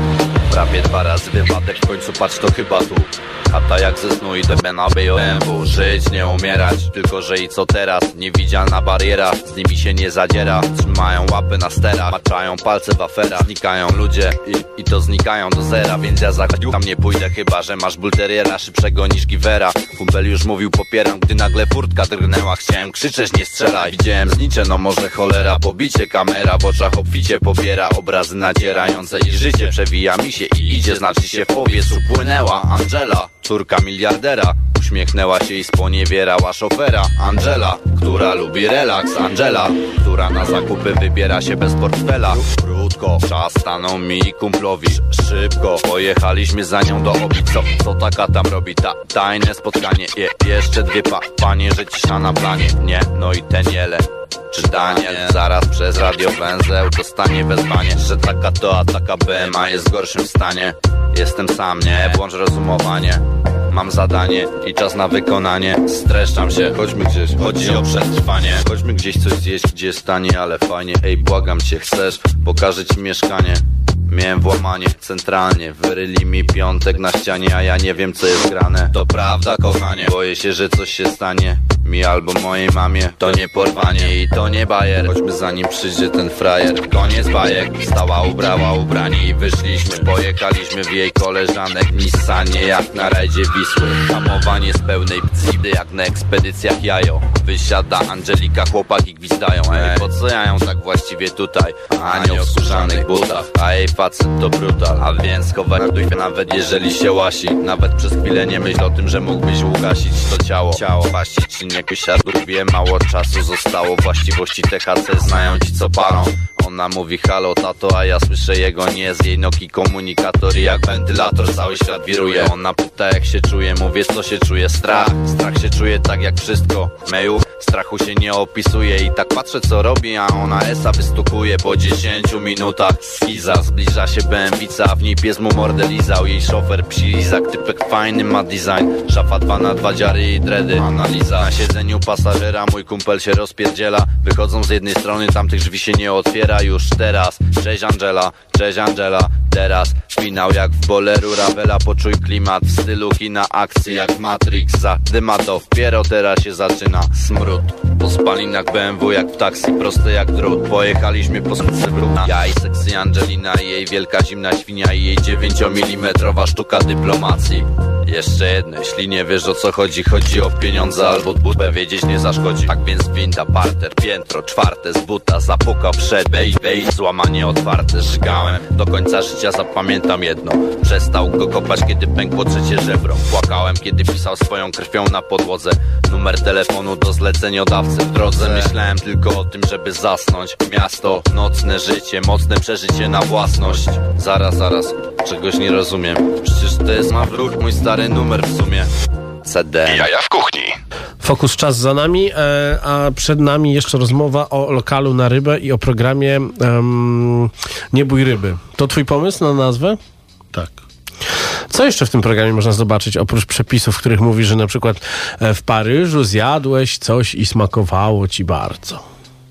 Prawie dwa razy wypadek, w końcu patrz, to chyba tu. Chata jak ze snu i D B na B M W. Żyć, nie umierać, tylko że i co teraz? Niewidzialna bariera, z nimi się nie zadziera. Trzymają łapy na sterach, maczają palce w aferach. Znikają ludzie i, i to znikają do zera. Więc ja za tam nie pójdę, chyba że masz bulteriera szybszego niż Givera. Kumpel już mówił popieram, gdy nagle furtka drgnęła. Chciałem krzyczeć, nie strzelaj. Widziałem znicze, no może cholera. Pobicie, kamera w oczach obficie pobiera. Obrazy nadzierające i życie przewija mi się i idzie, znaczy się w powietrzu płynęła Angela, córka miliardera. Uśmiechnęła się i sponiewierała szofera. Angela, która lubi relaks. Angela, która na zakupy wybiera się bez portfela. Krótko, czas stanął mi i kumplowi. Szybko, pojechaliśmy za nią do obi. Co, co taka tam robi? Ta, tajne spotkanie. Je, jeszcze dwie pa, panie, że cisza na planie. Nie, no i ten jeleń. Czy Daniel zaraz przez radiowęzeł dostanie wezwanie, że taka to, a taka B M A jest w gorszym stanie. Jestem sam, nie, włącz rozumowanie. Mam zadanie i czas na wykonanie. Streszczam się, chodźmy gdzieś, chodzi o przetrwanie. Chodźmy gdzieś coś zjeść, gdzie jest tanie, ale fajnie. Ej, błagam cię, chcesz? Pokażę ci mieszkanie. Miałem włamanie centralnie, wyryli mi piątek na ścianie, a ja nie wiem co jest grane. To prawda, kochanie, boję się, że coś się stanie mi albo mojej mamie. To nie porwanie i to nie bajer. Chodźmy zanim przyjdzie ten frajer. Koniec bajek, stała, ubrała ubranie i wyszliśmy. Pojechaliśmy w jej koleżanek Nissanie jak na rajdzie Wisły. Hamowanie z pełnej pcydy jak na ekspedycjach jajo. Wysiada Angelika, chłopaki gwizdają. Ej, po co ja ją tak właściwie tutaj? Anioł w skórzanych butach, a jej facet to brutal. A więc chować nawet jeżeli się łasi. Nawet przez chwilę nie myśl o tym, że mógłbyś ugasić to ciało. Ciało właścić czynniku siadł, wie, mało czasu zostało. Właściwości T H C znają ci co palą. Ona mówi halo tato, a ja słyszę jego nie. Z jej nogi komunikator i jak wentylator cały świat wiruje. Ona pyta jak się czuje, mówię co się czuje. Strach, strach się czuje tak jak wszystko. Meju, strachu się nie opisuje. I tak patrzę co robi, a ona esa wystukuje. Po dziesięciu minutach skiza, zbliża się B M W-ca, a w niej pies mu mordę lizał. Jej szofer psi lizak, typek fajny ma design. Szafa dwa na dwa, dziary i dredy. Analiza, na siedzeniu pasażera mój kumpel się rozpierdziela. Wychodzą z jednej strony, tamtych drzwi się nie otwiera już teraz. Cześć Angela, cześć Angela. Teraz finał jak w boleru Ravela. Poczuj klimat w stylu kina akcji jak Matrix. Zadyma to wpiero teraz się zaczyna smród. Po spalinach B M W jak w taksi, proste jak drut. Pojechaliśmy po skórce bruna. Ja i sexy Angelina i jej wielka zimna świnia i jej dziewięciomilimetrowa sztuka dyplomacji. Jeszcze jedno, jeśli nie wiesz o co chodzi, chodzi o pieniądze albo butę, wiedzieć nie zaszkodzi. Tak więc winda, parter, piętro, czwarte z buta zapukał przed baby, złamanie otwarte, żygałem zmarnowałem. Do końca życia zapamiętam jedno: przestał go kopać, kiedy pękło trzecie żebro. Płakałem, kiedy pisał swoją krwią na podłodze numer telefonu do zleceniodawcy. W drodze myślałem tylko o tym, żeby zasnąć. Miasto, nocne życie, mocne przeżycie na własność. Zaraz, zaraz, czegoś nie rozumiem. Przecież to jest Mawruk, mój stary numer w sumie. C D. Jaja w kuchni. Fokus czas za nami, e, a przed nami jeszcze rozmowa o lokalu na rybę i o programie um, Nie bój ryby. To twój pomysł na nazwę? Tak. Co jeszcze w tym programie można zobaczyć, oprócz przepisów, w których mówi, że na przykład w Paryżu zjadłeś coś i smakowało ci bardzo?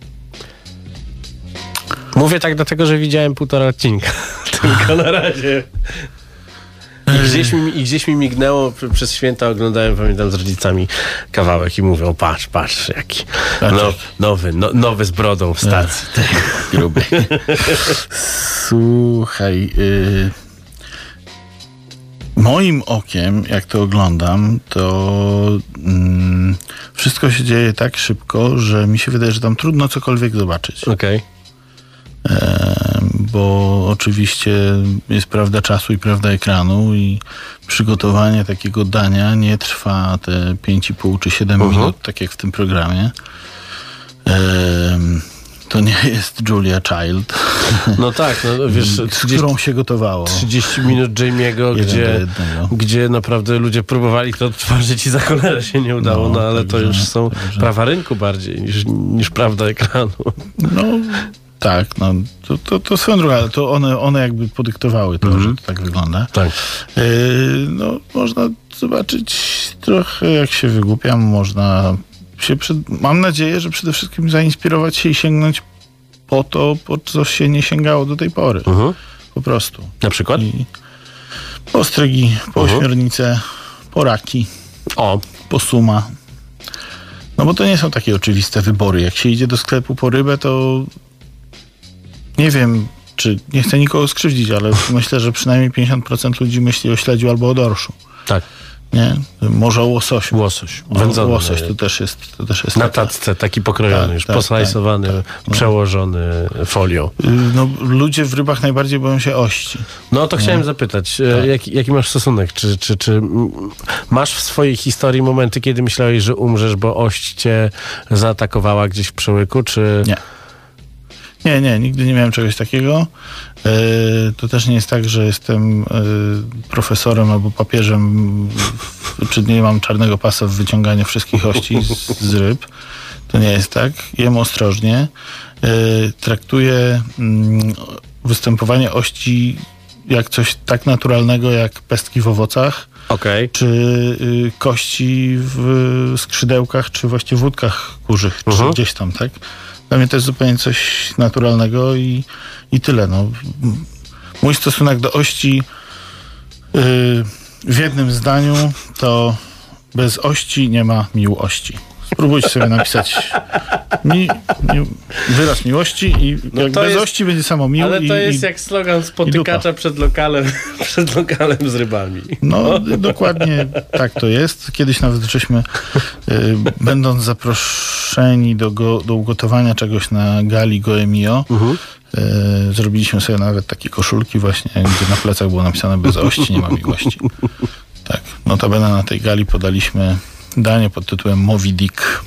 Mówię tak dlatego, że widziałem półtora odcinka. Tylko na razie. I gdzieś, mi, I gdzieś mi mignęło, przez święta oglądałem, pamiętam, z rodzicami kawałek i mówią: patrz, patrz, jaki no, nowy, no, nowy z brodą w stacji. Gruby. Słuchaj, y, moim okiem, jak to oglądam, to mm, wszystko się dzieje tak szybko, że mi się wydaje, że tam trudno cokolwiek zobaczyć. Okej. Okay. Bo oczywiście jest prawda czasu i prawda ekranu i przygotowanie takiego dania nie trwa te pięć i pół czy siedem uh-huh. minut, tak jak w tym programie. Ehm, to nie jest Julia Child. No tak, no wiesz, z którą się gotowało. trzydzieści minut Jamie'ego, gdzie, gdzie naprawdę ludzie próbowali to odtworzyć i za cholerę się nie udało, no, no ale to już są także prawa rynku bardziej niż, niż prawda ekranu. No tak, no to, to, to swoją drogą, ale to one, one jakby podyktowały to, mm-hmm. że to tak wygląda. Tak. Yy, no można zobaczyć trochę, jak się wygłupiam, można się, przed, mam nadzieję, że przede wszystkim zainspirować się i sięgnąć po to, po co się nie sięgało do tej pory. Mm-hmm. Po prostu. Na przykład? I po strygi, po mm-hmm. ośmiornice, po raki, o. po suma. No bo to nie są takie oczywiste wybory. Jak się idzie do sklepu po rybę, to nie wiem, czy nie chcę nikogo skrzywdzić, ale myślę, że przynajmniej pięćdziesiąt procent ludzi myśli o śledziu albo o dorszu. Tak. Nie? Może o łososiu. Łosoś. O, łosoś to też jest, to też jest na taka... tacce, taki pokrojony, tak, już tak, poslajsowany, tak, tak. przełożony folią. No, ludzie w rybach najbardziej boją się ości. No to nie? Chciałem zapytać, tak. jaki, jaki masz stosunek? Czy, czy, czy masz w swojej historii momenty, kiedy myślałeś, że umrzesz, bo ość cię zaatakowała gdzieś w przełyku, czy... Nie. Nie, nie, nigdy nie miałem czegoś takiego. Yy, to też nie jest tak, że jestem yy, profesorem albo papieżem, w, czy nie mam czarnego pasa w wyciąganiu wszystkich ości z, z ryb. To nie jest tak. Jem ostrożnie. Yy, traktuję yy, występowanie ości jak coś tak naturalnego, jak pestki w owocach. Okay. Czy y, kości w skrzydełkach, czy właściwie w łódkach kurzych, uh-huh. czy gdzieś tam, tak? Dla mnie to jest zupełnie coś naturalnego i, i tyle. No. Mój stosunek do ości yy, w jednym zdaniu to bez ości nie ma miłości. Spróbujcie sobie napisać mi, mi, wyraz miłości i no jak bez jest, ości będzie samo miło. Ale to i, jest i, jak slogan spotykacza przed lokalem, przed lokalem z rybami. No dokładnie tak to jest. Kiedyś nawet żeśmy, y, będąc zaproszeni do, go, do ugotowania czegoś na gali Goemio, uh-huh. y, zrobiliśmy sobie nawet takie koszulki właśnie, gdzie na plecach było napisane: bez ości nie ma miłości. Tak, notabene na tej gali podaliśmy danie pod tytułem Moby Dick.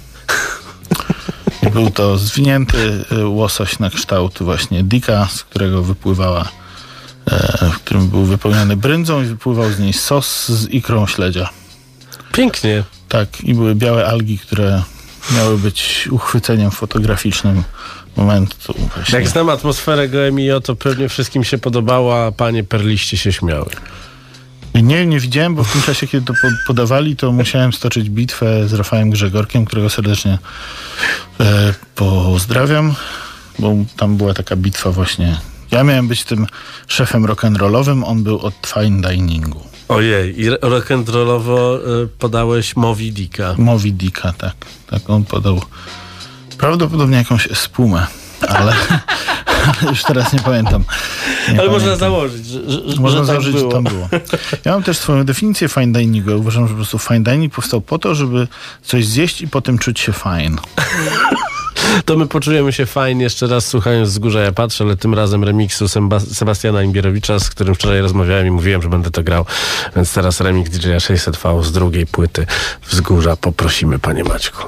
I był to zwinięty łosoś na kształt właśnie dicka, z którego wypływała, e, w którym był wypełniony bryndzą i wypływał z niej sos z ikrą śledzia. Pięknie. Tak, i były białe algi, które miały być uchwyceniem fotograficznym momentu. Właśnie. Jak znam atmosferę Goemio, to pewnie wszystkim się podobało, a panie perliście się śmiały. Nie, nie widziałem, bo w tym czasie, kiedy to podawali, to musiałem stoczyć bitwę z Rafałem Grzegorkiem, którego serdecznie e, pozdrawiam, bo tam była taka bitwa właśnie. Ja miałem być tym szefem rock'n'rollowym, on był od fine diningu. Ojej, i rock'n'rollowo e, podałeś Moby Dicka. Moby Dicka, tak. Tak, on podał prawdopodobnie jakąś spumę, ale... Już teraz nie pamiętam. Nie Ale pamiętam. można założyć, że, że, można że założyć, tak było. że tam było. Ja mam też swoją definicję fine diningu. Ja uważam, że po prostu fine dining powstał po to, żeby coś zjeść i potem czuć się fine. To my poczujemy się fajnie jeszcze raz słuchając Wzgórza ja patrzę, ale tym razem remiksu Semba- Sebastiana Imbierowicza, z którym wczoraj rozmawiałem i mówiłem, że będę to grał. Więc teraz remix D J sześćset V z drugiej płyty Wzgórza. Poprosimy, panie Maćku.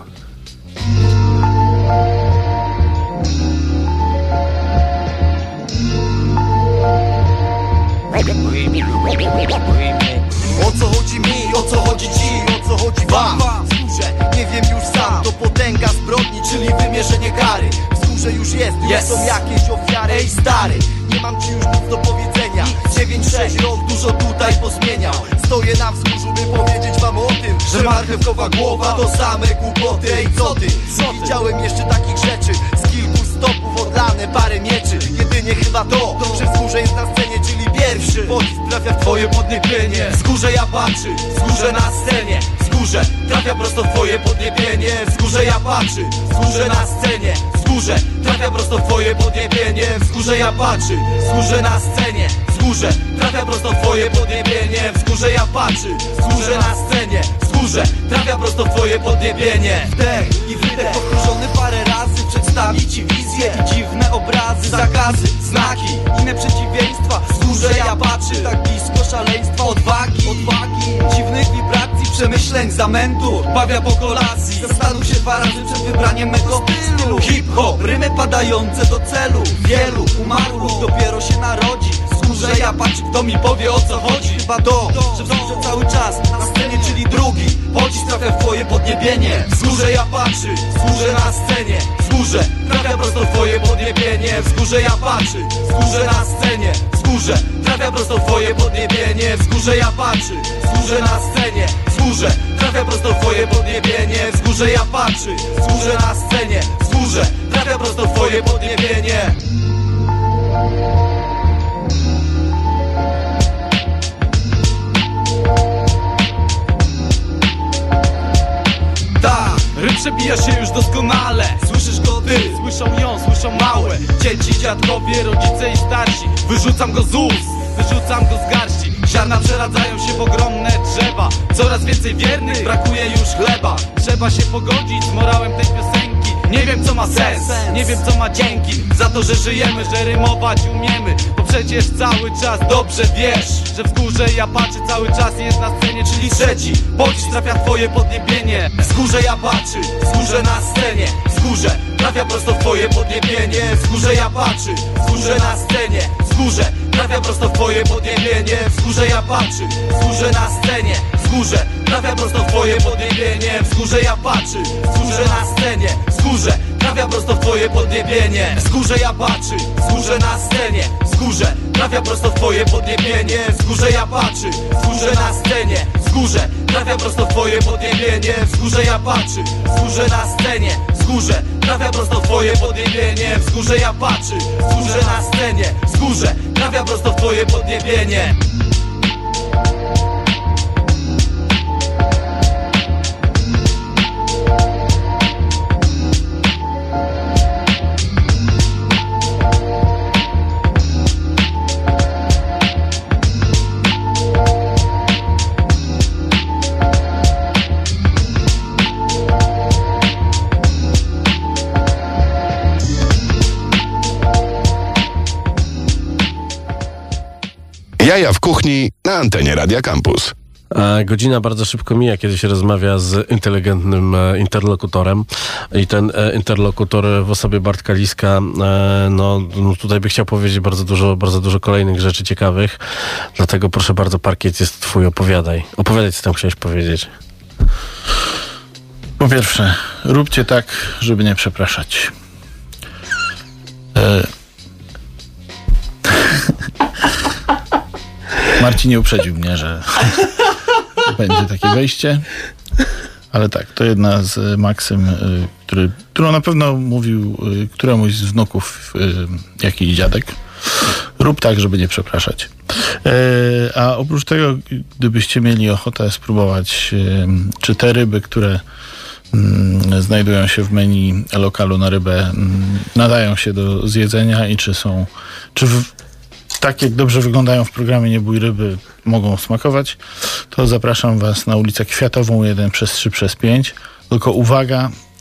O co chodzi mi, o co chodzi ci, o co chodzi wam? Wzgórze, nie wiem już sam, to potęga zbrodni, czyli wymierzenie kary. Wzgórze już jest, już yes. Są jakieś ofiary. Ej stary, nie mam ci już nic do powiedzenia. dziewięć sześć rok dużo tutaj pozmieniał. Stoję na wzgórzu, by powiedzieć wam o tym, że marchewkowa głowa to same głupoty. Ej co ty, widziałem jeszcze takich rzeczy, z kilku stopów odlane parę mieczy. Jedynie chyba to, że wzgórze jest na scenie, czyli pierwszy pocisk trafia w twoje podniebienie. Wzgórze ja patrzy, wzgórze na scenie. Wzgórze trafia prosto w twoje podniebienie. Wzgórze ja patrzy, wzgórze na scenie. Wzgórze trafia prosto w twoje podniebienie. Wzgórze ja patrzy, wzgórze na scenie. Wzgórze trafia prosto w twoje podniebienie. Wzgórze ja patrzy, wzgórze na scenie. Wzgórze trafia prosto w twoje podniebienie. Wdech i wydech powtórzony parę razy przedstawi ci wizję i dziwne obrazy, zakazy, znaki, inne przeciwieństwa. Wzgórze ja patrzy, tak blisko szaleństwa, odwagi, odwagi, dziwnych wibracji, przemyśleń, zamętu, bawia po kolacji. Zastanów się dwa razy przed wybraniem mego stylu. Hip-hop, rymy padające do celu. Wielu umarłych dopiero się narodzi. Wzgórze ja patrzę, kto mi powie o co chodzi. Chyba to, że wzgórze cały czas na scenie, czyli drugi pocisk trafia w twoje podniebienie. Wzgórze ja patrzy, wzgórze na scenie. Wzgórze trafia prosto w twoje podniebienie. Wzgórze ja patrzy, wzgórze na scenie. Wzgórze trafia prosto w twoje podniebienie. Wzgórze ja patrzy, wzgórze na scenie. Wzgórze trafia prosto w twoje podniebienie. Wzgórze ja patrzy, wzgórze na scenie. Wzgórze trafia prosto w twoje podniebienie. Ryb przebija się już doskonale. Słyszysz go ty, słyszą ją, słyszą małe dzieci, dziadkowie, rodzice i starsi. Wyrzucam go z ust, wyrzucam go z garści. Ziarna przeradzają się w ogromne drzewa. Coraz więcej wiernych, brakuje już chleba. Trzeba się pogodzić z morałem tej piosenki. Nie wiem co ma sens, nie wiem co ma dzięki. Za to, że żyjemy, że rymować umiemy. Bo przecież cały czas dobrze wiesz, że wzgórze ja patrzę cały czas jest na scenie, czyli trzeci pocisk trafia w twoje podniebienie. Wzgórze ja patrzy, wzgórze na scenie. Wzgórze trafia prosto w twoje podniebienie. Wzgórze ja patrzy, wzgórze na scenie. Wzgórze trafia prosto w twoje podniebienie. Wzgórze ja patrzy, wzgórze na scenie. Wzgórze trafia prosto w twoje podniebienie. Wzgórze ja patrzy, wzgórze na scenie. Wzgórze trafia prosto w twoje podniebienie. Wzgórze ja patrzy, wzgórze na scenie. Wzgórze trafia prosto w twoje podniebienie. Wzgórze ja patrzy, wzgórze na scenie. Wzgórze trafia prosto w twoje podniebienie. Wzgórze ja patrzy, wzgórze na scenie. Wzgórze trafia prosto w twoje podniebienie. Wzgórze ja patrzy, wzgórze na scenie. Wzgórze trafia prosto w twoje podniebienie. Jaja w kuchni na antenie Radia Campus. A godzina bardzo szybko mija, kiedy się rozmawia z inteligentnym e, interlokutorem i ten e, interlokutor w osobie Bartka Liska, e, no, no tutaj by chciał powiedzieć bardzo dużo, bardzo dużo kolejnych rzeczy ciekawych, dlatego proszę bardzo, parkiet jest twój, opowiadaj. Opowiadaj, co tam chciałeś powiedzieć. Po pierwsze, róbcie tak, żeby nie przepraszać. E... Marcin nie uprzedził mnie, że będzie takie wejście, ale tak, to jedna z maksym, który, którą na pewno mówił któremuś z wnuków jakiś dziadek. Rób tak, żeby nie przepraszać. A oprócz tego, gdybyście mieli ochotę spróbować, czy te ryby, które znajdują się w menu lokalu na rybę, nadają się do zjedzenia i czy są, czy w, tak jak dobrze wyglądają w programie Nie bój ryby, mogą smakować, to zapraszam was na ulicę Kwiatową jeden przez trzy przez pięć. Tylko uwaga,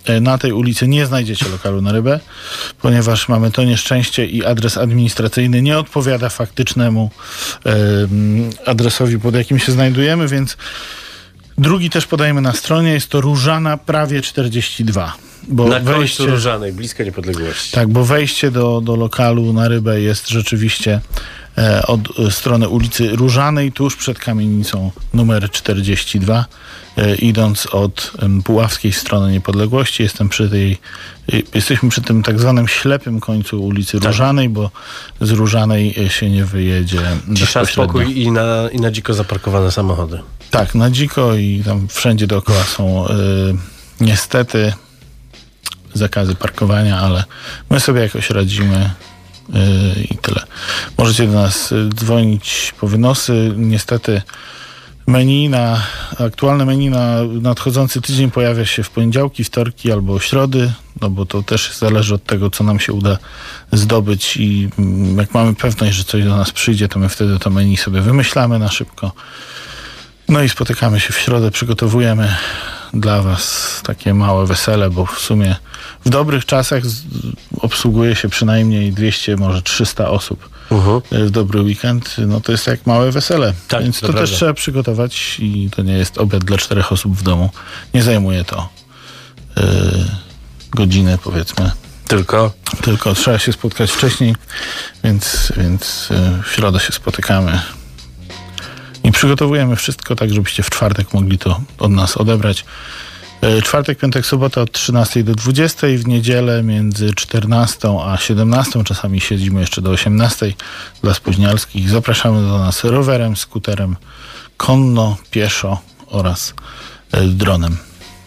na tej ulicy nie znajdziecie lokalu na rybę, ponieważ mamy to nieszczęście i adres administracyjny nie odpowiada faktycznemu e, adresowi, pod jakim się znajdujemy, więc drugi też podajemy na stronie. Jest to Różana prawie czterdzieści dwa. Bo na wejście, końcu Różanej, blisko Niepodległości. Tak, bo wejście do, do lokalu na rybę jest rzeczywiście e, od e, strony ulicy Różanej, tuż przed kamienicą numer czterdzieści dwa. E, idąc od e, puławskiej strony Niepodległości, jestem przy tej, e, jesteśmy przy tym tak zwanym ślepym końcu ulicy tak. Różanej, bo z Różanej się nie wyjedzie Cisza, spokój i na, i na dziko zaparkowane samochody. Tak, na dziko i tam wszędzie dookoła są e, niestety zakazy parkowania, ale my sobie jakoś radzimy yy, i tyle. Możecie do nas dzwonić po wynosy. Niestety menu na, aktualne menu na nadchodzący tydzień pojawia się w poniedziałki, wtorki albo środy, no bo to też zależy od tego, co nam się uda zdobyć i jak mamy pewność, że coś do nas przyjdzie, to my wtedy to menu sobie wymyślamy na szybko. No i spotykamy się w środę, przygotowujemy dla was takie małe wesele, bo w sumie w dobrych czasach obsługuje się przynajmniej dwieście, może trzysta osób. Uh-huh. W dobry weekend, no to jest jak małe wesele. Tak, więc to, to też trzeba przygotować i to nie jest obiad dla czterech osób w domu. Nie zajmuje to yy, godziny, powiedzmy. Tylko? Tylko trzeba się spotkać wcześniej, więc, więc yy, w środę się spotykamy. I przygotowujemy wszystko tak, żebyście w czwartek mogli to od nas odebrać. Czwartek, piątek, sobota od trzynastej do dwudziestej, w niedzielę między czternastą a siedemnastą, czasami siedzimy jeszcze do osiemnastej dla spóźnialskich. Zapraszamy do nas rowerem, skuterem, konno, pieszo oraz dronem.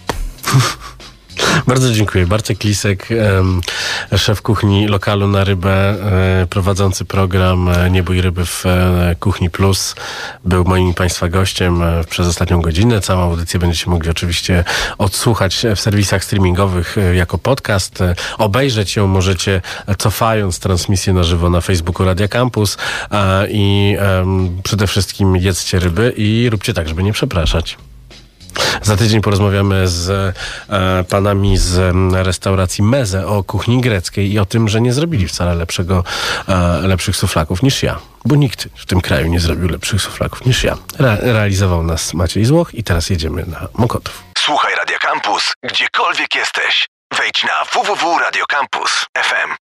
Bardzo dziękuję. Bartek Lisek, szef kuchni lokalu na rybę, prowadzący program Nie bój ryby w Kuchni Plus, był moim Państwa gościem przez ostatnią godzinę. Całą audycję będziecie mogli oczywiście odsłuchać w serwisach streamingowych jako podcast. Obejrzeć ją możecie cofając transmisję na żywo na Facebooku Radia Campus i przede wszystkim jedzcie ryby i róbcie tak, żeby nie przepraszać. Za tydzień porozmawiamy z e, panami z restauracji Meze o kuchni greckiej i o tym, że nie zrobili wcale lepszego, e, lepszych suflaków niż ja. Bo nikt w tym kraju nie zrobił lepszych suflaków niż ja. Re- realizował nas Maciej Złoch i teraz jedziemy na Mokotów. Słuchaj Radia Campus, gdziekolwiek jesteś. Wejdź na w w w kropka radio campus kropka f m.